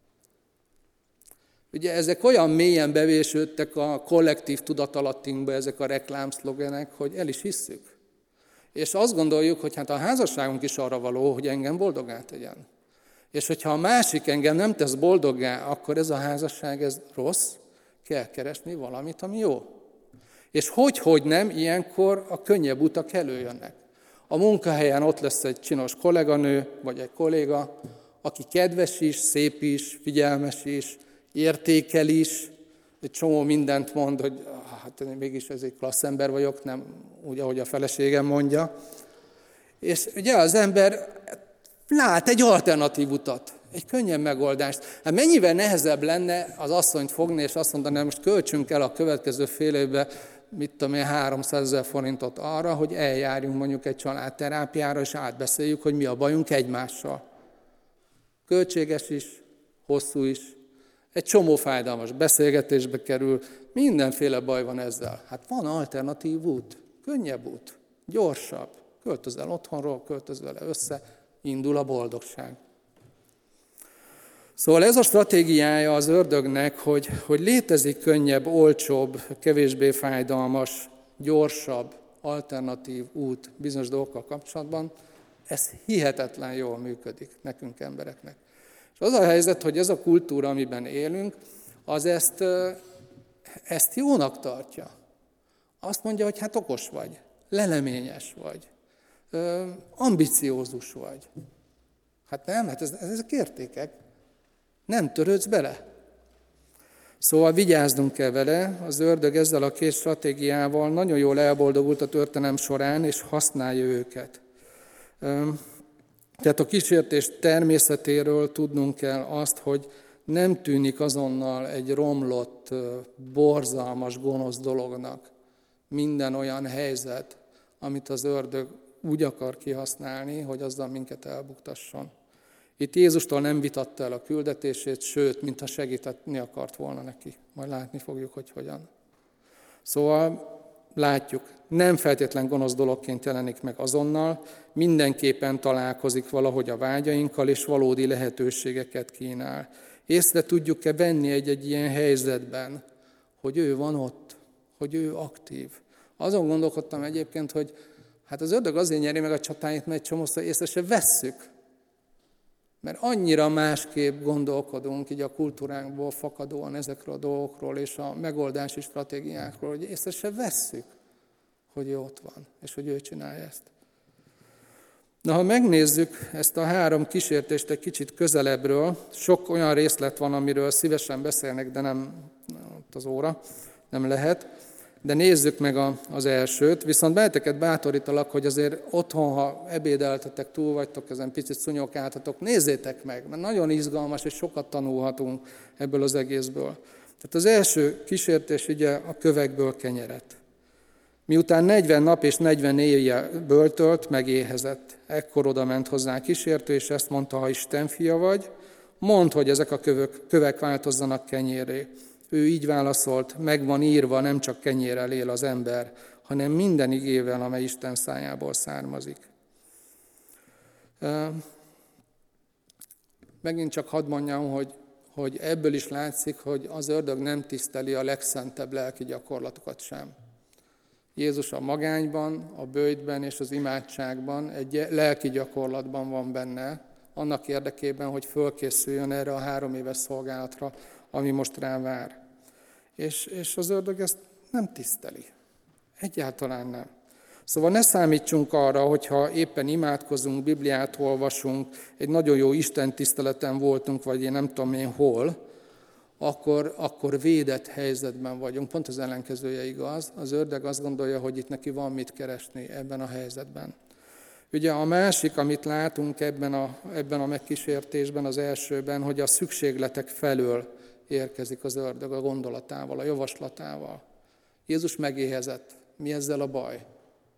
Ugye ezek olyan mélyen bevésődtek a kollektív tudatalattinkba, ezek a reklámszlogenek, hogy el is hisszük. És azt gondoljuk, hogy hát a házasságunk is arra való, hogy engem boldoggá tegyen. És hogyha a másik engem nem tesz boldoggá, akkor ez a házasság, ez rossz, kell keresni valamit, ami jó. És hogy, hogy nem, ilyenkor a könnyebb utak előjönnek. A munkahelyen ott lesz egy csinos kolléganő, vagy egy kolléga, aki kedves is, szép is, figyelmes is, értékel is, egy csomó mindent mond, hogy hát én mégis ez egy klassz ember vagyok, nem úgy, ahogy a feleségem mondja. És ugye az ember lát egy alternatív utat, egy könnyebb megoldást. Hát mennyivel nehezebb lenne az asszonyt fogni, és azt mondani, hogy most költsünk el a következő fél évben, mit tudom én, háromszázezer forintot arra, hogy eljárjunk mondjuk egy családterápiára, és átbeszéljük, hogy mi a bajunk egymással. Költséges is, hosszú is, egy csomó fájdalmas beszélgetésbe kerül, mindenféle baj van ezzel. Hát van alternatív út, könnyebb út, gyorsabb. Költöz el otthonról, költöz vele össze, indul a boldogság. Szóval ez a stratégiája az ördögnek, hogy, hogy létezik könnyebb, olcsóbb, kevésbé fájdalmas, gyorsabb, alternatív út bizonyos dolgokkal kapcsolatban. Ez hihetetlen jól működik nekünk embereknek. És az a helyzet, hogy ez a kultúra, amiben élünk, az ezt, ezt jónak tartja. Azt mondja, hogy hát okos vagy, leleményes vagy, ambiciózus vagy. Hát nem, hát ez, ezek értékek. Nem törődsz bele. Szóval vigyáznunk kell vele, az ördög ezzel a két stratégiával nagyon jól elboldogult a történelem során, és használja őket. Tehát a kísértés természetéről tudnunk kell azt, hogy nem tűnik azonnal egy romlott, borzalmas, gonosz dolognak minden olyan helyzet, amit az ördög úgy akar kihasználni, hogy azzal minket elbuktasson. Itt Jézustól nem vitatta el a küldetését, sőt, mintha segíteni akart volna neki. Majd látni fogjuk, hogy hogyan. Szóval látjuk, nem feltétlen gonosz dologként jelenik meg azonnal, mindenképpen találkozik valahogy a vágyainkkal, és valódi lehetőségeket kínál. Észre tudjuk-e venni egy-egy ilyen helyzetben, hogy ő van ott, hogy ő aktív. Azon gondolkodtam egyébként, hogy hát az ördög azért nyeri meg a csatáit, mert egy csomószor észre se vesszük. Mert annyira másképp gondolkodunk így a kultúránkból fakadóan ezekről a dolgokról és a megoldási stratégiákról, hogy észre se vesszük, hogy ő ott van, és hogy ő csinálja ezt. Na, ha megnézzük ezt a három kísértést egy kicsit közelebbről, sok olyan részlet van, amiről szívesen beszélnek, de nem ott az óra, nem lehet. De nézzük meg a, az elsőt, viszont benneteket bátorítalak, hogy azért otthon, ha ebédeltetek, túl vagytok, ezen picit szunyogáltatok, nézzétek meg, mert nagyon izgalmas, és sokat tanulhatunk ebből az egészből. Tehát az első kísértés ugye a kövekből kenyeret. Miután negyven nap és negyven éjjel böltölt, megéhezett. Ekkor oda ment hozzá a kísértő, és ezt mondta, ha Isten fia vagy, mondd, hogy ezek a kövek, kövek változzanak kenyérré. Ő így válaszolt, meg van írva, nem csak kenyérrel él az ember, hanem minden igével, amely Isten szájából származik. Megint csak hadd mondjam, hogy, hogy ebből is látszik, hogy az ördög nem tiszteli a legszentebb lelki gyakorlatokat sem. Jézus a magányban, a böjtben és az imádságban egy lelki gyakorlatban van benne, annak érdekében, hogy fölkészüljön erre a három éves szolgálatra, ami most rá vár. És, és az ördög ezt nem tiszteli. Egyáltalán nem. Szóval ne számítsunk arra, hogyha éppen imádkozunk, Bibliát olvasunk, egy nagyon jó Isten tiszteleten voltunk, vagy én nem tudom én hol, akkor, akkor védett helyzetben vagyunk. Pont az ellenkezője igaz. Az ördög azt gondolja, hogy itt neki van mit keresni ebben a helyzetben. Ugye a másik, amit látunk ebben a, ebben a megkísértésben, az elsőben, hogy a szükségletek felől érkezik az ördög a gondolatával, a javaslatával. Jézus megéhezett. Mi ezzel a baj?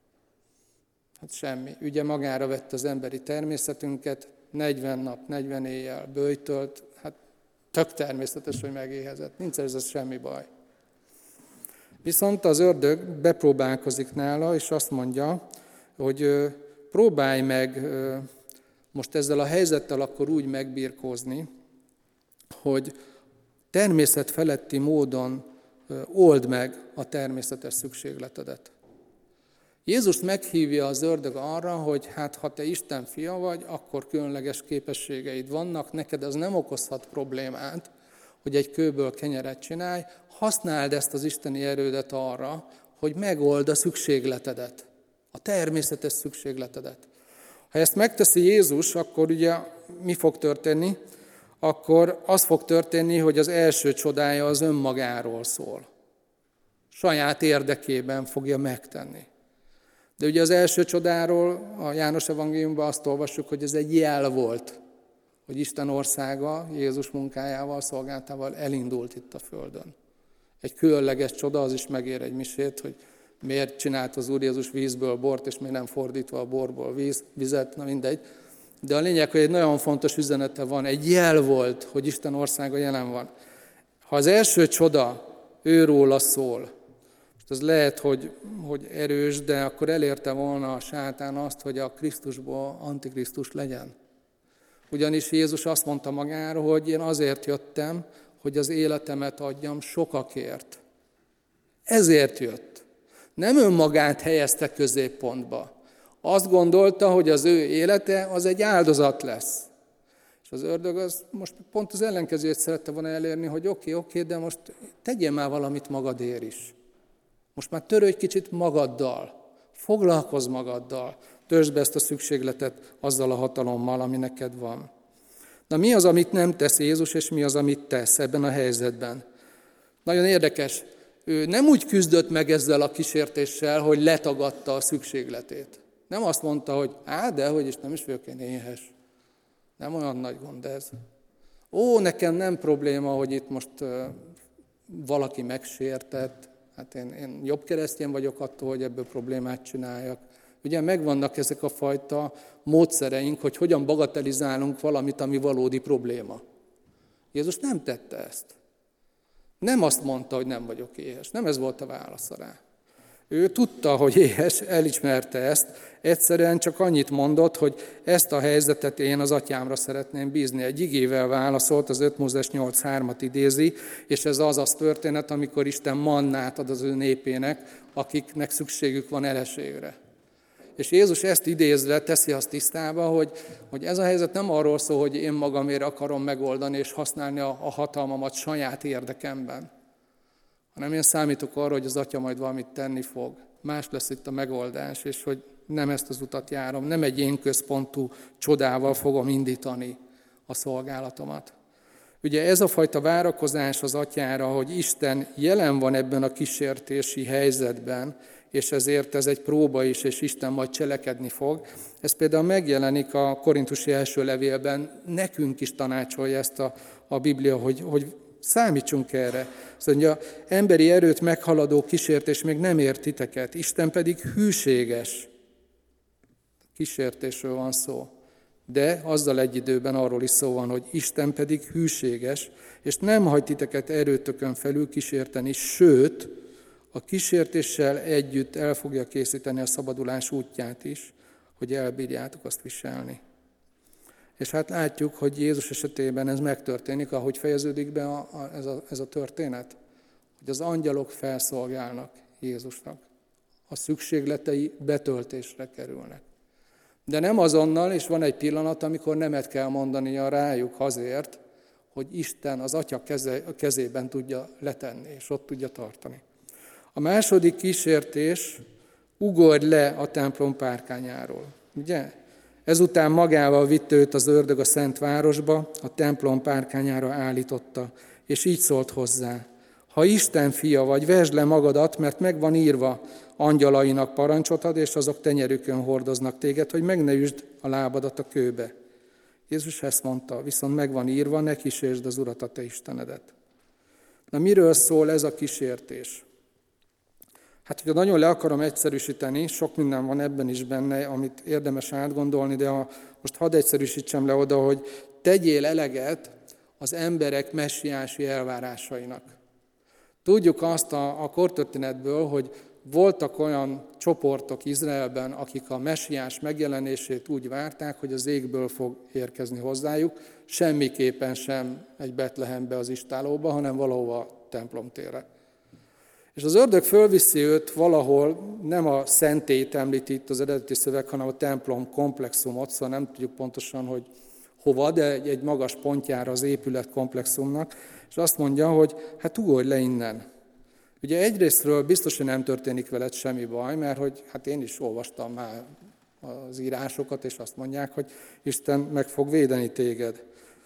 Hát semmi. Ugye magára vette az emberi természetünket, negyven nap, negyven éjjel böjtölt, hát tök természetes, hogy megéhezett. Nincs ez semmi baj. Viszont az ördög bepróbálkozik nála, és azt mondja, hogy próbálj meg most ezzel a helyzettel akkor úgy megbirkózni, hogy természet feletti módon old meg a természetes szükségletedet. Jézus meghívja az ördög arra, hogy hát ha te Isten fia vagy, akkor különleges képességeid vannak, neked ez nem okozhat problémát, hogy egy kőből kenyeret csinálj, használd ezt az isteni erődet arra, hogy megold a szükségletedet, a természetes szükségletedet. Ha ezt megteszi Jézus, akkor ugye mi fog történni? Akkor az fog történni, hogy az első csodája az önmagáról szól. Saját érdekében fogja megtenni. De ugye az első csodáról a János evangéliumban azt olvassuk, hogy ez egy jel volt, hogy Isten országa Jézus munkájával, szolgáltával elindult itt a földön. Egy különleges csoda, az is megér egy misét, hogy miért csinált az Úr Jézus vízből bort, és miért nem fordítva a borból víz, vizet, na mindegy. De a lényeg, hogy egy nagyon fontos üzenete van, egy jel volt, hogy Isten országa jelen van. Ha az első csoda őróla szól, az lehet, hogy, hogy erős, de akkor elérte volna a sátán azt, hogy a Krisztusból antikrisztus legyen. Ugyanis Jézus azt mondta magáról, hogy én azért jöttem, hogy az életemet adjam sokakért. Ezért jött. Nem önmagát helyezte középpontba. Azt gondolta, hogy az ő élete az egy áldozat lesz. És az ördög az most pont az ellenkezőjét szerette volna elérni, hogy oké, okay, oké, okay, de most tegyél már valamit magadért is. Most már törődj kicsit magaddal, foglalkozz magaddal, törzsd be ezt a szükségletet azzal a hatalommal, ami neked van. Na mi az, amit nem tesz Jézus, és mi az, amit tesz ebben a helyzetben? Nagyon érdekes. Ő nem úgy küzdött meg ezzel a kísértéssel, hogy letagadta a szükségletét. Nem azt mondta, hogy á, de hogy is nem is vagyok én éhes. Nem olyan nagy gond ez. Ó, nekem nem probléma, hogy itt most uh, valaki megsértett. Hát én, én jobb keresztény vagyok attól, hogy ebből problémát csináljak. Ugye megvannak ezek a fajta módszereink, hogy hogyan bagatelizálunk valamit, ami valódi probléma. Jézus nem tette ezt. Nem azt mondta, hogy nem vagyok éhes. Nem ez volt a válasza rá. Ő tudta, hogy éhes, elismerte ezt, egyszerűen csak annyit mondott, hogy ezt a helyzetet én az atyámra szeretném bízni. Egy igével válaszolt, az öt Mózes nyolc hármat idézi, és ez az az történet, amikor Isten mannát ad az ő népének, akiknek szükségük van eleségre. És Jézus ezt idézve teszi azt tisztába, hogy, hogy ez a helyzet nem arról szól, hogy én magamért akarom megoldani és használni a, a hatalmamat saját érdekemben, hanem én számítok arra, hogy az Atya majd valamit tenni fog. Más lesz itt a megoldás, és hogy nem ezt az utat járom, nem egy én központú csodával fogom indítani a szolgálatomat. Ugye ez a fajta várakozás az Atyára, hogy Isten jelen van ebben a kísértési helyzetben, és ezért ez egy próba is, és Isten majd cselekedni fog. Ez például megjelenik a korintusi első levélben, nekünk is tanácsolja ezt a, a Biblia, hogy, hogy számítsunk erre. Azt mondja, emberi erőt meghaladó kísértés még nem ért titeket, Isten pedig hűséges. Kísértésről van szó. De azzal egy időben arról is szó van, hogy Isten pedig hűséges, és nem hagy titeket erőtökön felül kísérteni, sőt, a kísértéssel együtt el fogja készíteni a szabadulás útját is, hogy elbírjátok azt viselni. És hát látjuk, hogy Jézus esetében ez megtörténik, ahogy fejeződik be a, a, ez, a, ez a történet, hogy az angyalok felszolgálnak Jézusnak. A szükségletei betöltésre kerülnek. De nem azonnal, és van egy pillanat, amikor nemet kell mondania rájuk azért, hogy Isten az Atya keze, kezében tudja letenni, és ott tudja tartani. A második kísértés, ugorj le a templom párkányáról. Ugye? Ezután magával vitte őt az ördög a szent városba, a templom párkányára állította, és így szólt hozzá. Ha Isten fia vagy, vesd le magadat, mert meg van írva, angyalainak parancsot ad, és azok tenyerükön hordoznak téged, hogy meg ne üsd a lábadat a kőbe. Jézus ezt mondta, viszont meg van írva, ne kísérsd az Urat, a te Istenedet. Na miről szól ez a kísértés? Hát, hogyha nagyon le akarom egyszerűsíteni, sok minden van ebben is benne, amit érdemes átgondolni, de ha most hadd egyszerűsítsem le oda, hogy tegyél eleget az emberek messiási elvárásainak. Tudjuk azt a, a kortörténetből, hogy voltak olyan csoportok Izraelben, akik a messiás megjelenését úgy várták, hogy az égből fog érkezni hozzájuk, semmiképpen sem egy Betlehembe az istállóba, hanem valahova a templomtérre. És az ördög fölviszi őt valahol, nem a szentélyt említi itt az eredeti szöveg, hanem a templom komplexumot, szóval nem tudjuk pontosan, hogy hova, de egy, egy magas pontjára az épület komplexumnak, és azt mondja, hogy hát ugorj le innen. Ugye egyrésztről biztos, hogy nem történik veled semmi baj, mert hogy hát én is olvastam már az írásokat, és azt mondják, hogy Isten meg fog védeni téged.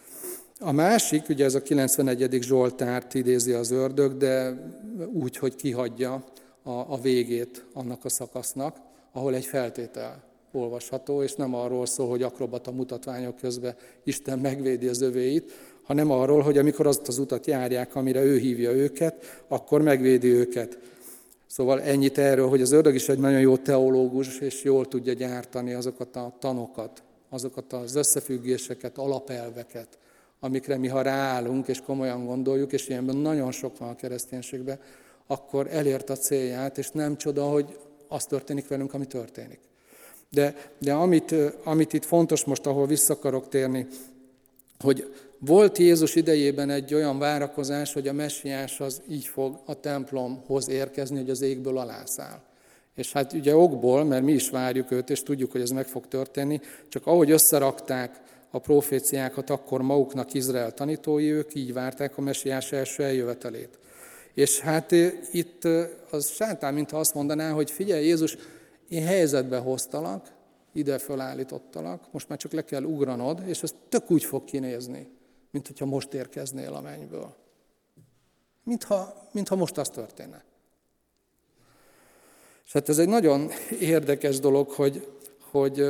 A másik, ugye ez a kilencvenegyedik Zsoltárt idézi az ördög, de úgy, hogy kihagyja a, a végét annak a szakasznak, ahol egy feltétel olvasható, és nem arról szól, hogy akrobata mutatványok közben Isten megvédi az övéit, hanem arról, hogy amikor azt az utat járják, amire ő hívja őket, akkor megvédi őket. Szóval ennyit erről, hogy az ördög is egy nagyon jó teológus, és jól tudja gyártani azokat a tanokat, azokat az összefüggéseket, alapelveket, amikre mi, ha ráállunk, és komolyan gondoljuk, és ilyenben nagyon sok van a kereszténységben, akkor elért a célját, és nem csoda, hogy az történik velünk, ami történik. De, de amit, amit itt fontos most, ahol vissza akarok térni, hogy volt Jézus idejében egy olyan várakozás, hogy a messiás az így fog a templomhoz érkezni, hogy az égből alászáll. És hát ugye okból, mert mi is várjuk őt, és tudjuk, hogy ez meg fog történni, csak ahogy összerakták a proféciákat, akkor maguknak Izrael tanítói, ők így várták a messiás első eljövetelét. És hát itt az sátán, mintha azt mondaná, hogy figyelj Jézus, én helyzetbe hoztalak, ide fölállítottalak, most már csak le kell ugranod, és ez tök úgy fog kinézni, mint hogyha most érkeznél a mennyből. Mintha, mintha most az történne. És hát ez egy nagyon érdekes dolog, hogy, hogy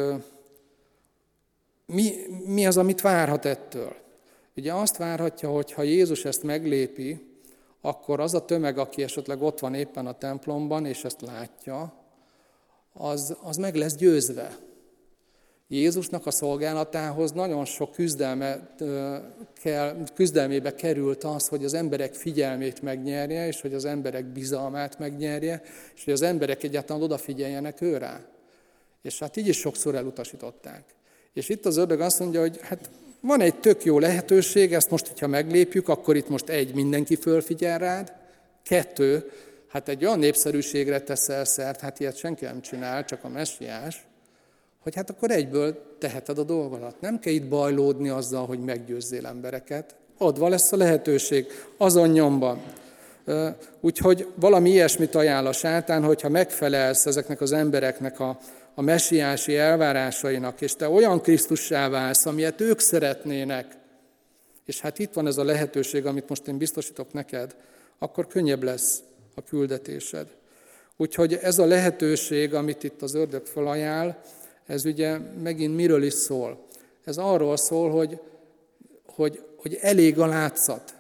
mi, mi az, amit várhat ettől. Ugye azt várhatja, hogy ha Jézus ezt meglépi, akkor az a tömeg, aki esetleg ott van éppen a templomban, és ezt látja, az, az meg lesz győzve. Jézusnak a szolgálatához nagyon sok küzdelme, kell, küzdelmébe került az, hogy az emberek figyelmét megnyerje, és hogy az emberek bizalmát megnyerje, és hogy az emberek egyáltalán odafigyeljenek ő rá. És hát így is sokszor elutasították. És itt az ördög azt mondja, hogy hát van egy tök jó lehetőség, ezt most, hogyha meglépjük, akkor itt most egy, mindenki fölfigyel rád, kettő, hát egy olyan népszerűségre teszel szert, hát ilyet senki nem csinál, csak a messiás, hogy hát akkor egyből teheted a dolgodat. Nem kell itt bajlódni azzal, hogy meggyőzzél embereket. Adva lesz a lehetőség, azon nyomban. Úgyhogy valami ilyesmit ajánl a sátán, hogyha megfelelsz ezeknek az embereknek a, a messiási elvárásainak, és te olyan Krisztussá válsz, amilyet ők szeretnének, és hát itt van ez a lehetőség, amit most én biztosítok neked, akkor könnyebb lesz a küldetésed. Úgyhogy ez a lehetőség, amit itt az ördög felajánl, ez ugye megint miről is szól? Ez arról szól, hogy, hogy, hogy elég a látszat.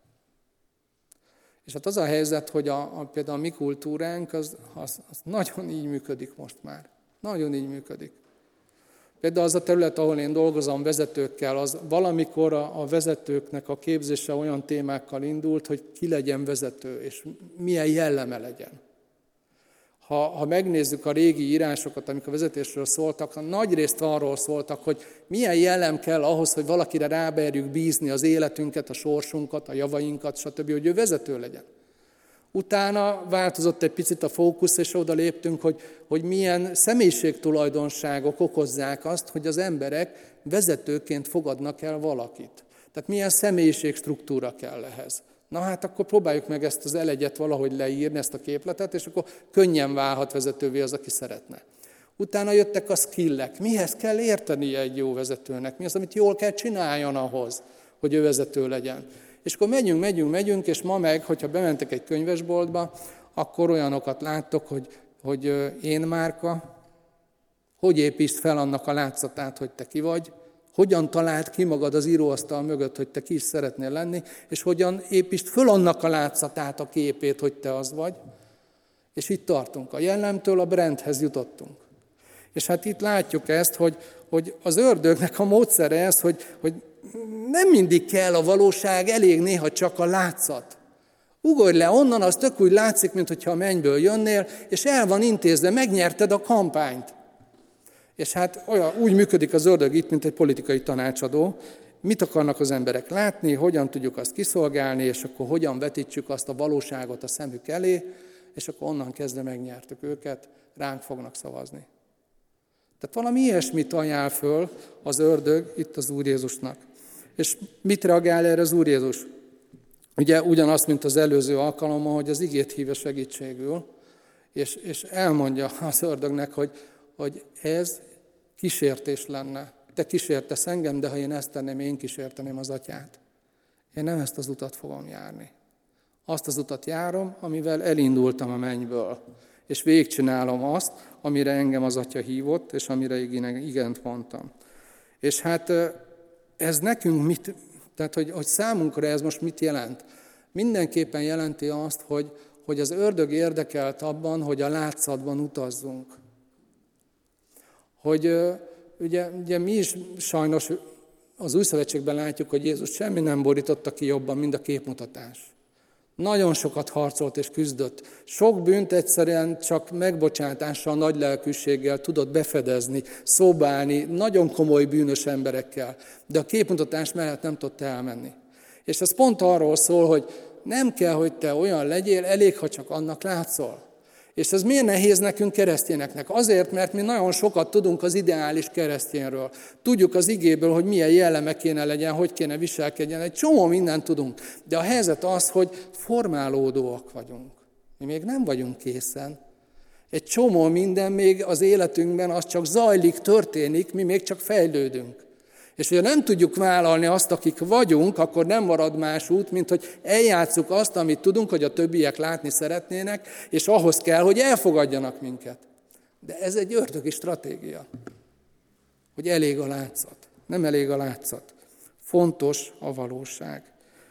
És hát az a helyzet, hogy a, a, például a mi kultúránk, az, az, az nagyon így működik most már. Nagyon így működik. Például az a terület, ahol én dolgozom vezetőkkel, az valamikor a, a vezetőknek a képzése olyan témákkal indult, hogy ki legyen vezető, és milyen jelleme legyen. Ha, ha megnézzük a régi írásokat, amik a vezetésről szóltak, nagy részt arról szóltak, hogy milyen jellem kell ahhoz, hogy valakire ráberjük bízni az életünket, a sorsunkat, a javainkat, stb., hogy ő vezető legyen. Utána változott egy picit a fókusz, és oda léptünk, hogy, hogy milyen személyiségtulajdonságok okozzák azt, hogy az emberek vezetőként fogadnak el valakit. Tehát milyen személyiségstruktúra kell ehhez. Na hát akkor próbáljuk meg ezt az elegyet valahogy leírni, ezt a képletet, és akkor könnyen válhat vezetővé az, aki szeretne. Utána jöttek a skillek. Mihez kell értenie egy jó vezetőnek? Mi az, amit jól kell csináljon ahhoz, hogy ő vezető legyen? És akkor megyünk, megyünk, megyünk, és ma meg, hogyha bementek egy könyvesboltba, akkor olyanokat láttok, hogy, hogy én márka, hogy építsd fel annak a látszatát, hogy te ki vagy, hogyan találd ki magad az íróasztal mögött, hogy te ki is szeretnél lenni, és hogyan építsd föl annak a látszatát, a képét, hogy te az vagy. És itt tartunk. A jellemtől a brandhez jutottunk. És hát itt látjuk ezt, hogy, hogy az ördögnek a módszere ez, hogy, hogy nem mindig kell a valóság, elég néha csak a látszat. Ugorj le onnan, az tök úgy látszik, mintha a mennyből jönnél, és el van intézve, megnyerted a kampányt. És hát olyan, úgy működik az ördög itt, mint egy politikai tanácsadó. Mit akarnak az emberek látni, hogyan tudjuk azt kiszolgálni, és akkor hogyan vetítsük azt a valóságot a szemük elé, és akkor onnan kezdve megnyertük őket, ránk fognak szavazni. Tehát valami ilyesmit ajánl föl az ördög itt az Úr Jézusnak. És mit reagál erre az Úr Jézus? Ugye ugyanazt, mint az előző alkalommal, hogy az igét hívja segítségül, és, és elmondja az ördögnek, hogy, hogy ez kísértés lenne. Te kísértesz engem, de ha én ezt tenném, én kísérteném az atyát. Én nem ezt az utat fogom járni. Azt az utat járom, amivel elindultam a mennyből. És végigcsinálom azt, amire engem az atya hívott, és amire igent mondtam. És hát ez nekünk mit, tehát hogy, hogy számunkra ez most mit jelent? Mindenképpen jelenti azt, hogy, hogy az ördög érdekelt abban, hogy a látszatban utazzunk. Hogy ugye, ugye mi is sajnos az Új Szövetségben látjuk, hogy Jézus semmi nem borította ki jobban, mint a képmutatás. Nagyon sokat harcolt és küzdött. Sok bűnt egyszerűen csak megbocsátással, nagy lelkűséggel tudott befedezni, szobálni, nagyon komoly bűnös emberekkel, de a képmutatás mellett nem tudott elmenni. És ez pont arról szól, hogy nem kell, hogy te olyan legyél, elég, ha csak annak látszol. És ez miért nehéz nekünk keresztényeknek? Azért, mert mi nagyon sokat tudunk az ideális keresztényről. Tudjuk az igéből, hogy milyen jelleme kéne legyen, hogy kéne viselkedjen. Egy csomó mindent tudunk. De a helyzet az, hogy formálódóak vagyunk. Mi még nem vagyunk készen. Egy csomó minden még az életünkben, az csak zajlik, történik, mi még csak fejlődünk. És hogyha nem tudjuk vállalni azt, akik vagyunk, akkor nem marad más út, mint hogy eljátsszuk azt, amit tudunk, hogy a többiek látni szeretnének, és ahhoz kell, hogy elfogadjanak minket. De ez egy ördögi stratégia, hogy elég a látszat. Nem elég a látszat. Fontos a valóság.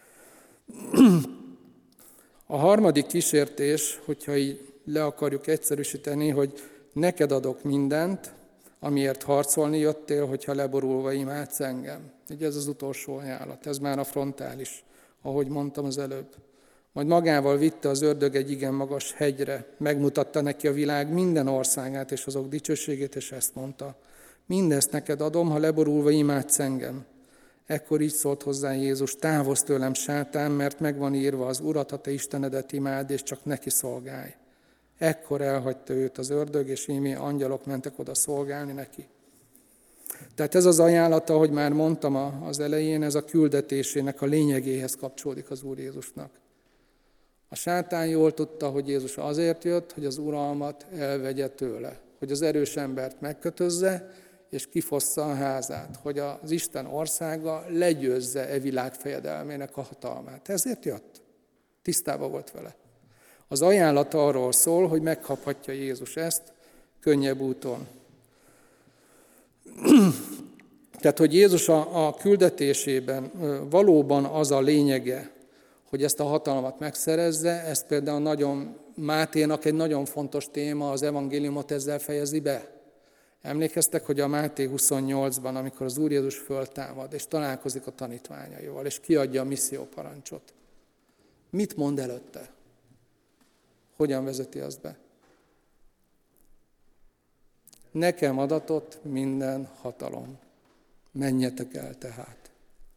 A harmadik kísértés, hogyha így le akarjuk egyszerűsíteni, hogy neked adok mindent, amiért harcolni jöttél, hogyha leborulva imádsz engem. Ugye ez az utolsó ajánlat, ez már a frontális, ahogy mondtam az előbb. Majd magával vitte az ördög egy igen magas hegyre, megmutatta neki a világ minden országát és azok dicsőségét, és ezt mondta. Mindezt neked adom, ha leborulva imádsz engem. Ekkor így szólt hozzá Jézus, távozz tőlem, sátán, mert megvan írva az Urat, a te Istenedet imád, és csak neki szolgálj. Ekkor elhagyta őt az ördög, és íme angyalok mentek oda szolgálni neki. Tehát ez az ajánlata, ahogy már mondtam az elején, ez a küldetésének a lényegéhez kapcsolódik az Úr Jézusnak. A sátán jól tudta, hogy Jézus azért jött, hogy az uralmat elvegye tőle, hogy az erős embert megkötözze, és kifossza a házát, hogy az Isten országa legyőzze e világ fejedelmének a hatalmát. Ezért jött. Tisztában volt vele. Az ajánlat arról szól, hogy megkaphatja Jézus ezt könnyebb úton. Tehát, hogy Jézus a, a küldetésében valóban az a lényege, hogy ezt a hatalmat megszerezze, ez például nagyon, Máténak egy nagyon fontos téma, az evangéliumot ezzel fejezi be. Emlékeztek, hogy a Máté huszonnyolcban, amikor az Úr Jézus föltámad, és találkozik a tanítványaival, és kiadja a misszióparancsot. Mit mond előtte? Hogyan vezeti azt be? Nekem adatott minden hatalom. Menjetek el tehát.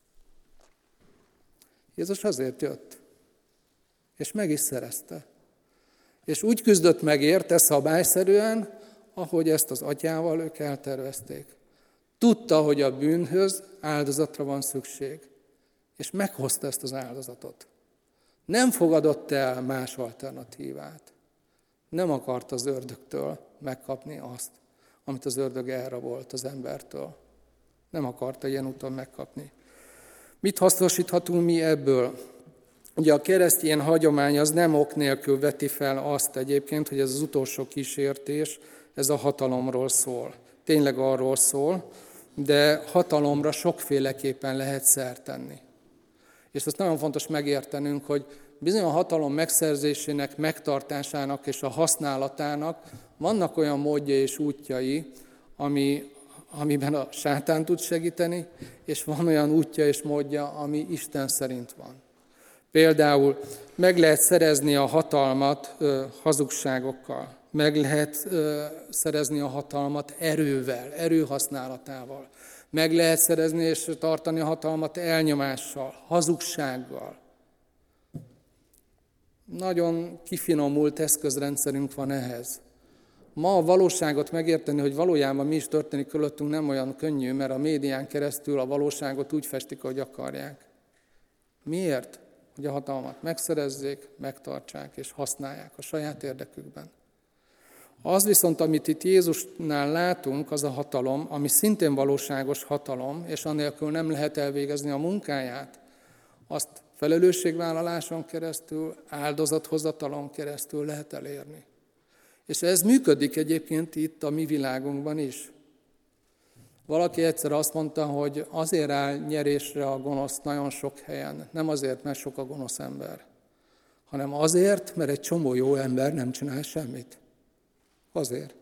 Jézus azért jött, és meg is szerezte. És úgy küzdött meg érte szabályszerűen, ahogy ezt az atyával ők eltervezték. Tudta, hogy a bűnhöz áldozatra van szükség, és meghozta ezt az áldozatot. Nem fogadott el más alternatívát. Nem akart az ördögtől megkapni azt, amit az ördög elrabolt az embertől. Nem akarta ilyen úton megkapni. Mit hasznosíthatunk mi ebből? Ugye a keresztény hagyomány az nem ok nélkül veti fel azt egyébként, hogy ez az utolsó kísértés, ez a hatalomról szól. Tényleg arról szól, de hatalomra sokféleképpen lehet szert tenni. És ezt nagyon fontos megértenünk, hogy bizony a hatalom megszerzésének, megtartásának és a használatának vannak olyan módja és útjai, ami, amiben a sátán tud segíteni, és van olyan útja és módja, ami Isten szerint van. Például meg lehet szerezni a hatalmat ö, hazugságokkal, meg lehet ö, szerezni a hatalmat erővel, erőhasználatával, meg lehet szerezni és tartani a hatalmat elnyomással, hazugsággal. Nagyon kifinomult eszközrendszerünk van ehhez. Ma a valóságot megérteni, hogy valójában mi is történik körülöttünk, nem olyan könnyű, mert a médián keresztül a valóságot úgy festik, ahogy akarják. Miért? Hogy a hatalmat megszerezzék, megtartsák és használják a saját érdekükben. Az viszont, amit itt Jézusnál látunk, az a hatalom, ami szintén valóságos hatalom, és anélkül nem lehet elvégezni a munkáját, azt felelősségvállaláson keresztül, áldozathozatalon keresztül lehet elérni. És ez működik egyébként itt a mi világunkban is. Valaki egyszer azt mondta, hogy azért áll nyerésre a gonosz nagyon sok helyen, nem azért, mert sok a gonosz ember, hanem azért, mert egy csomó jó ember nem csinál semmit. Azért.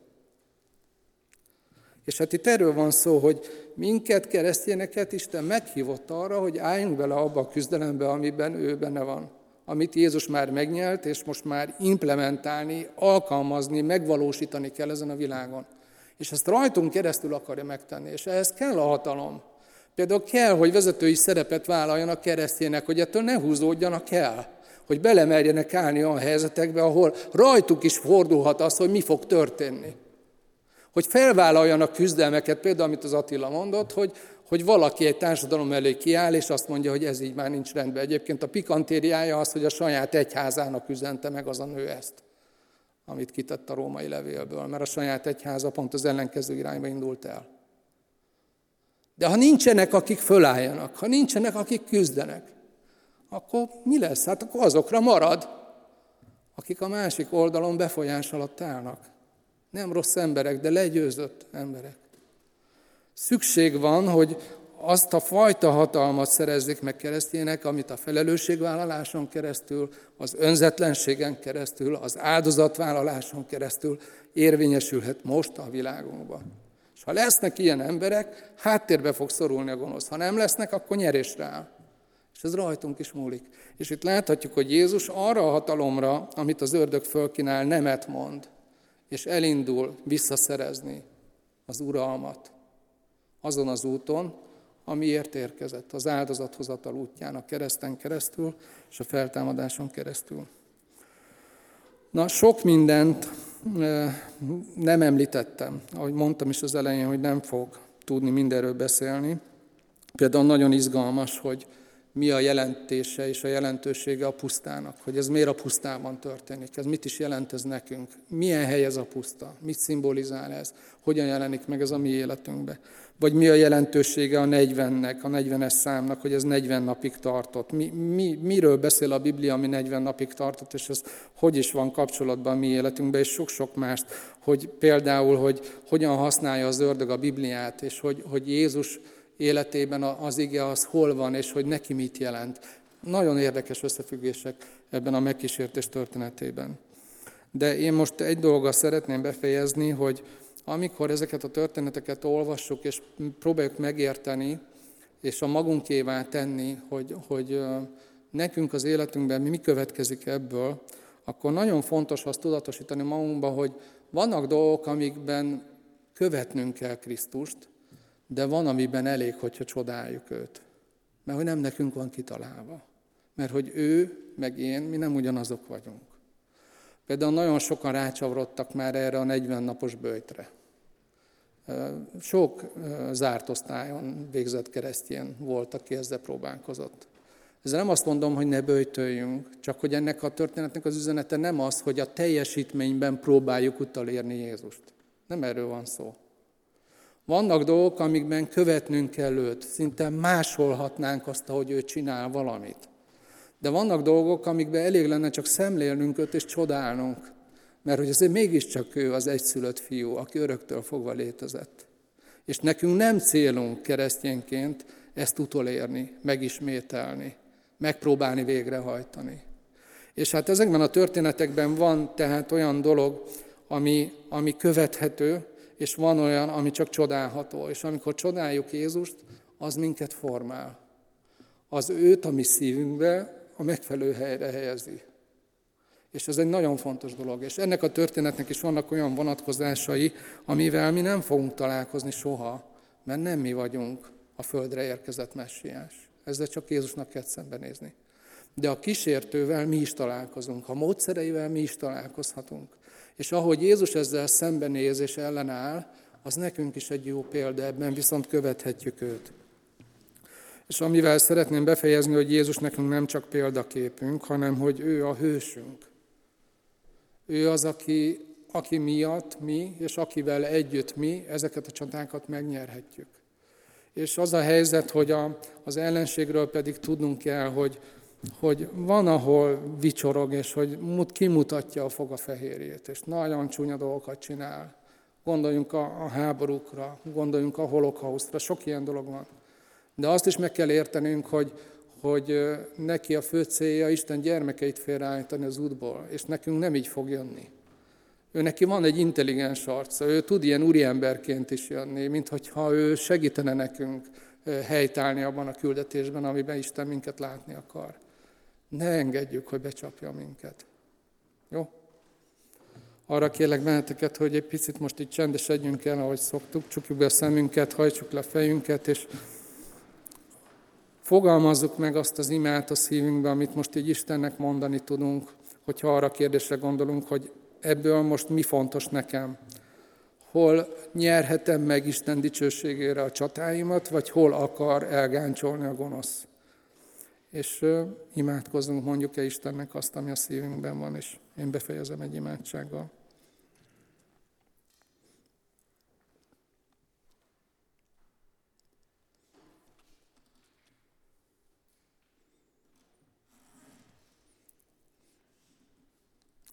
És hát itt erről van szó, hogy minket, keresztényeket Isten meghívott arra, hogy álljunk bele abba a küzdelembe, amiben ő benne van. Amit Jézus már megnyert, és most már implementálni, alkalmazni, megvalósítani kell ezen a világon. És ezt rajtunk keresztül akarja megtenni, és ehhez kell a hatalom. Például kell, hogy vezetői szerepet vállaljanak keresztények, hogy ettől ne húzódjanak el, hogy belemerjenek állni olyan helyzetekbe, ahol rajtuk is fordulhat az, hogy mi fog történni. Hogy felvállaljanak küzdelmeket, például amit az Attila mondott, hogy, hogy valaki egy társadalom elé kiáll, és azt mondja, hogy ez így már nincs rendben. Egyébként a pikantériája az, hogy a saját egyházának üzente meg az a nő ezt. amit kitett a római levélből, mert a saját egyháza pont az ellenkező irányba indult el. De ha nincsenek, akik fölálljanak, ha nincsenek, akik küzdenek, akkor mi lesz? Hát akkor azokra marad, akik a másik oldalon befolyás alatt állnak. Nem rossz emberek, de legyőzött emberek. Szükség van, hogy azt a fajta hatalmat szerezzék meg keresztények, amit a felelősségvállaláson keresztül, az önzetlenségen keresztül, az áldozatvállaláson keresztül érvényesülhet most a világunkban. És ha lesznek ilyen emberek, háttérbe fog szorulni a gonosz. Ha nem lesznek, akkor nyerésre áll. És ez rajtunk is múlik. És itt láthatjuk, hogy Jézus arra a hatalomra, amit az ördög fölkínál, nemet mond, és elindul visszaszerezni az uralmat azon az úton, amiért érkezett, az áldozathozatal útján, a kereszten keresztül és a feltámadáson keresztül. Na, sok mindent nem említettem, ahogy mondtam is az elején, hogy nem fog tudni mindenről beszélni. Például nagyon izgalmas, hogy mi a jelentése és a jelentősége a pusztának, hogy ez miért a pusztában történik, ez mit is jelent ez nekünk, milyen hely ez a puszta, mit szimbolizál ez, hogyan jelenik meg ez a mi életünkbe. Vagy mi a jelentősége a negyvennek, a negyvenes számnak, hogy ez negyven napig tartott. Mi, mi, miről beszél a Biblia, ami negyven napig tartott, és ez hogy is van kapcsolatban a mi életünkben, és sok-sok mást, hogy például, hogy hogyan használja az ördög a Bibliát, és hogy, hogy Jézus életében az ige az hol van, és hogy neki mit jelent. Nagyon érdekes összefüggések ebben a megkísértés történetében. De én most egy dologgal szeretném befejezni, hogy amikor ezeket a történeteket olvassuk, és próbáljuk megérteni, és a magunkévá tenni, hogy, hogy nekünk az életünkben mi következik ebből, akkor nagyon fontos azt tudatosítani magunkban, hogy vannak dolgok, amikben követnünk kell Krisztust, de van, amiben elég, hogyha csodáljuk őt. Mert hogy nem nekünk van kitalálva. Mert hogy ő, meg én, mi nem ugyanazok vagyunk. Például nagyon sokan rácsavarodtak már erre a negyven napos böjtre. Sok zárt osztályon végzett keresztény volt, aki ezzel próbálkozott. Ezzel nem azt mondom, hogy ne böjtöljünk, csak hogy ennek a történetnek az üzenete nem az, hogy a teljesítményben próbáljuk utolérni Jézust. Nem erről van szó. Vannak dolgok, amikben követnünk kell őt, szinte másolhatnánk azt, ahogy ő csinál valamit. De vannak dolgok, amikben elég lenne csak szemlélnünk őt és csodálnunk. Mert hogy azért mégiscsak ő az egyszülött fiú, aki öröktől fogva létezett. És nekünk nem célunk keresztényként ezt utolérni, megismételni, megpróbálni végrehajtani. És hát ezekben a történetekben van tehát olyan dolog, ami, ami követhető, és van olyan, ami csak csodálható. És amikor csodáljuk Jézust, az minket formál. Az őt a mi szívünkbe a megfelelő helyre helyezi. És ez egy nagyon fontos dolog. És ennek a történetnek is vannak olyan vonatkozásai, amivel mi nem fogunk találkozni soha, mert nem mi vagyunk a földre érkezett messiás. Ezzel csak Jézusnak kell szembenézni. De a kísértővel mi is találkozunk, a módszereivel mi is találkozhatunk. És ahogy Jézus ezzel szembenéz és ellenáll, az nekünk is egy jó példa, ebben viszont követhetjük őt. És amivel szeretném befejezni, hogy Jézus nekünk nem csak példaképünk, hanem hogy ő a hősünk. Ő az, aki, aki miatt mi, és akivel együtt mi ezeket a csatákat megnyerhetjük. És az a helyzet, hogy a, az ellenségről pedig tudnunk kell, hogy, hogy van, ahol vicsorog, és hogy kimutatja a foga fehérjét, és nagyon csúnya dolgokat csinál. Gondoljunk a, a háborúkra, gondoljunk a holokausztra, sok ilyen dolog van. De azt is meg kell értenünk, hogy, hogy neki a fő célja Isten gyermekeit félreállítani az útból, és nekünk nem így fog jönni. Ő neki van egy intelligens arca, ő tud ilyen úriemberként is jönni, minthogyha ő segítene nekünk helytállni abban a küldetésben, amiben Isten minket látni akar. Ne engedjük, hogy becsapja minket. Jó? Arra kérlek benneteket, hogy egy picit most így csendesedjünk el, ahogy szoktuk, csukjuk be a szemünket, hajtsuk le a fejünket, és fogalmazzuk meg azt az imát a szívünkbe, amit most így Istennek mondani tudunk, hogyha arra a kérdésre gondolunk, hogy ebből most mi fontos nekem. Hol nyerhetem meg Isten dicsőségére a csatáimat, vagy hol akar elgáncsolni a gonosz. És uh, imádkozzunk, mondjuk-e Istennek azt, ami a szívünkben van, és én befejezem egy imádsággal.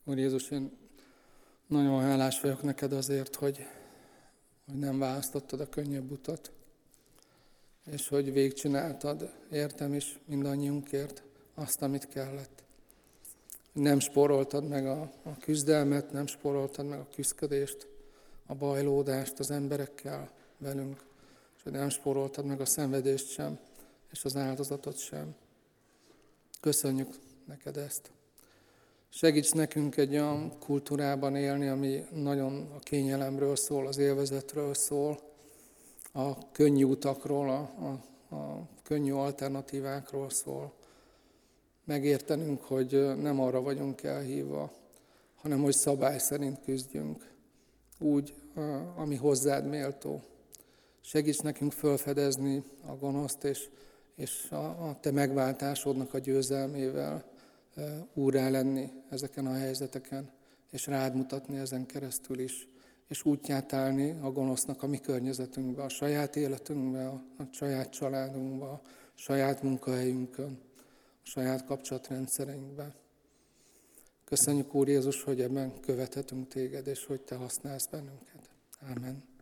Úr Jézus, én nagyon hálás vagyok neked azért, hogy, hogy nem választottad a könnyebb utat, és hogy végigcsináltad értem is mindannyiunkért azt, amit kellett. Nem spóroltad meg a, a küzdelmet, nem spóroltad meg a küszködést, a bajlódást az emberekkel, velünk, és hogy nem spóroltad meg a szenvedést sem, és az áldozatot sem. Köszönjük neked ezt. Segíts nekünk egy olyan kultúrában élni, ami nagyon a kényelemről szól, az élvezetről szól, a könnyű utakról, a, a, a könnyű alternatívákról szól. Megértenünk, hogy nem arra vagyunk elhívva, hanem hogy szabály szerint küzdjünk, úgy, ami hozzád méltó. Segíts nekünk felfedezni a gonoszt, és, és a, a te megváltásodnak a győzelmével úrrá lenni ezeken a helyzeteken, és rád mutatni ezen keresztül is, és útját állni a gonosznak a mi környezetünkbe, a saját életünkbe, a, a saját családunkba, a saját munkahelyünkön, a saját kapcsolatrendszereinkbe. Köszönjük, Úr Jézus, hogy ebben követhetünk téged, és hogy te használsz bennünket. Ámen.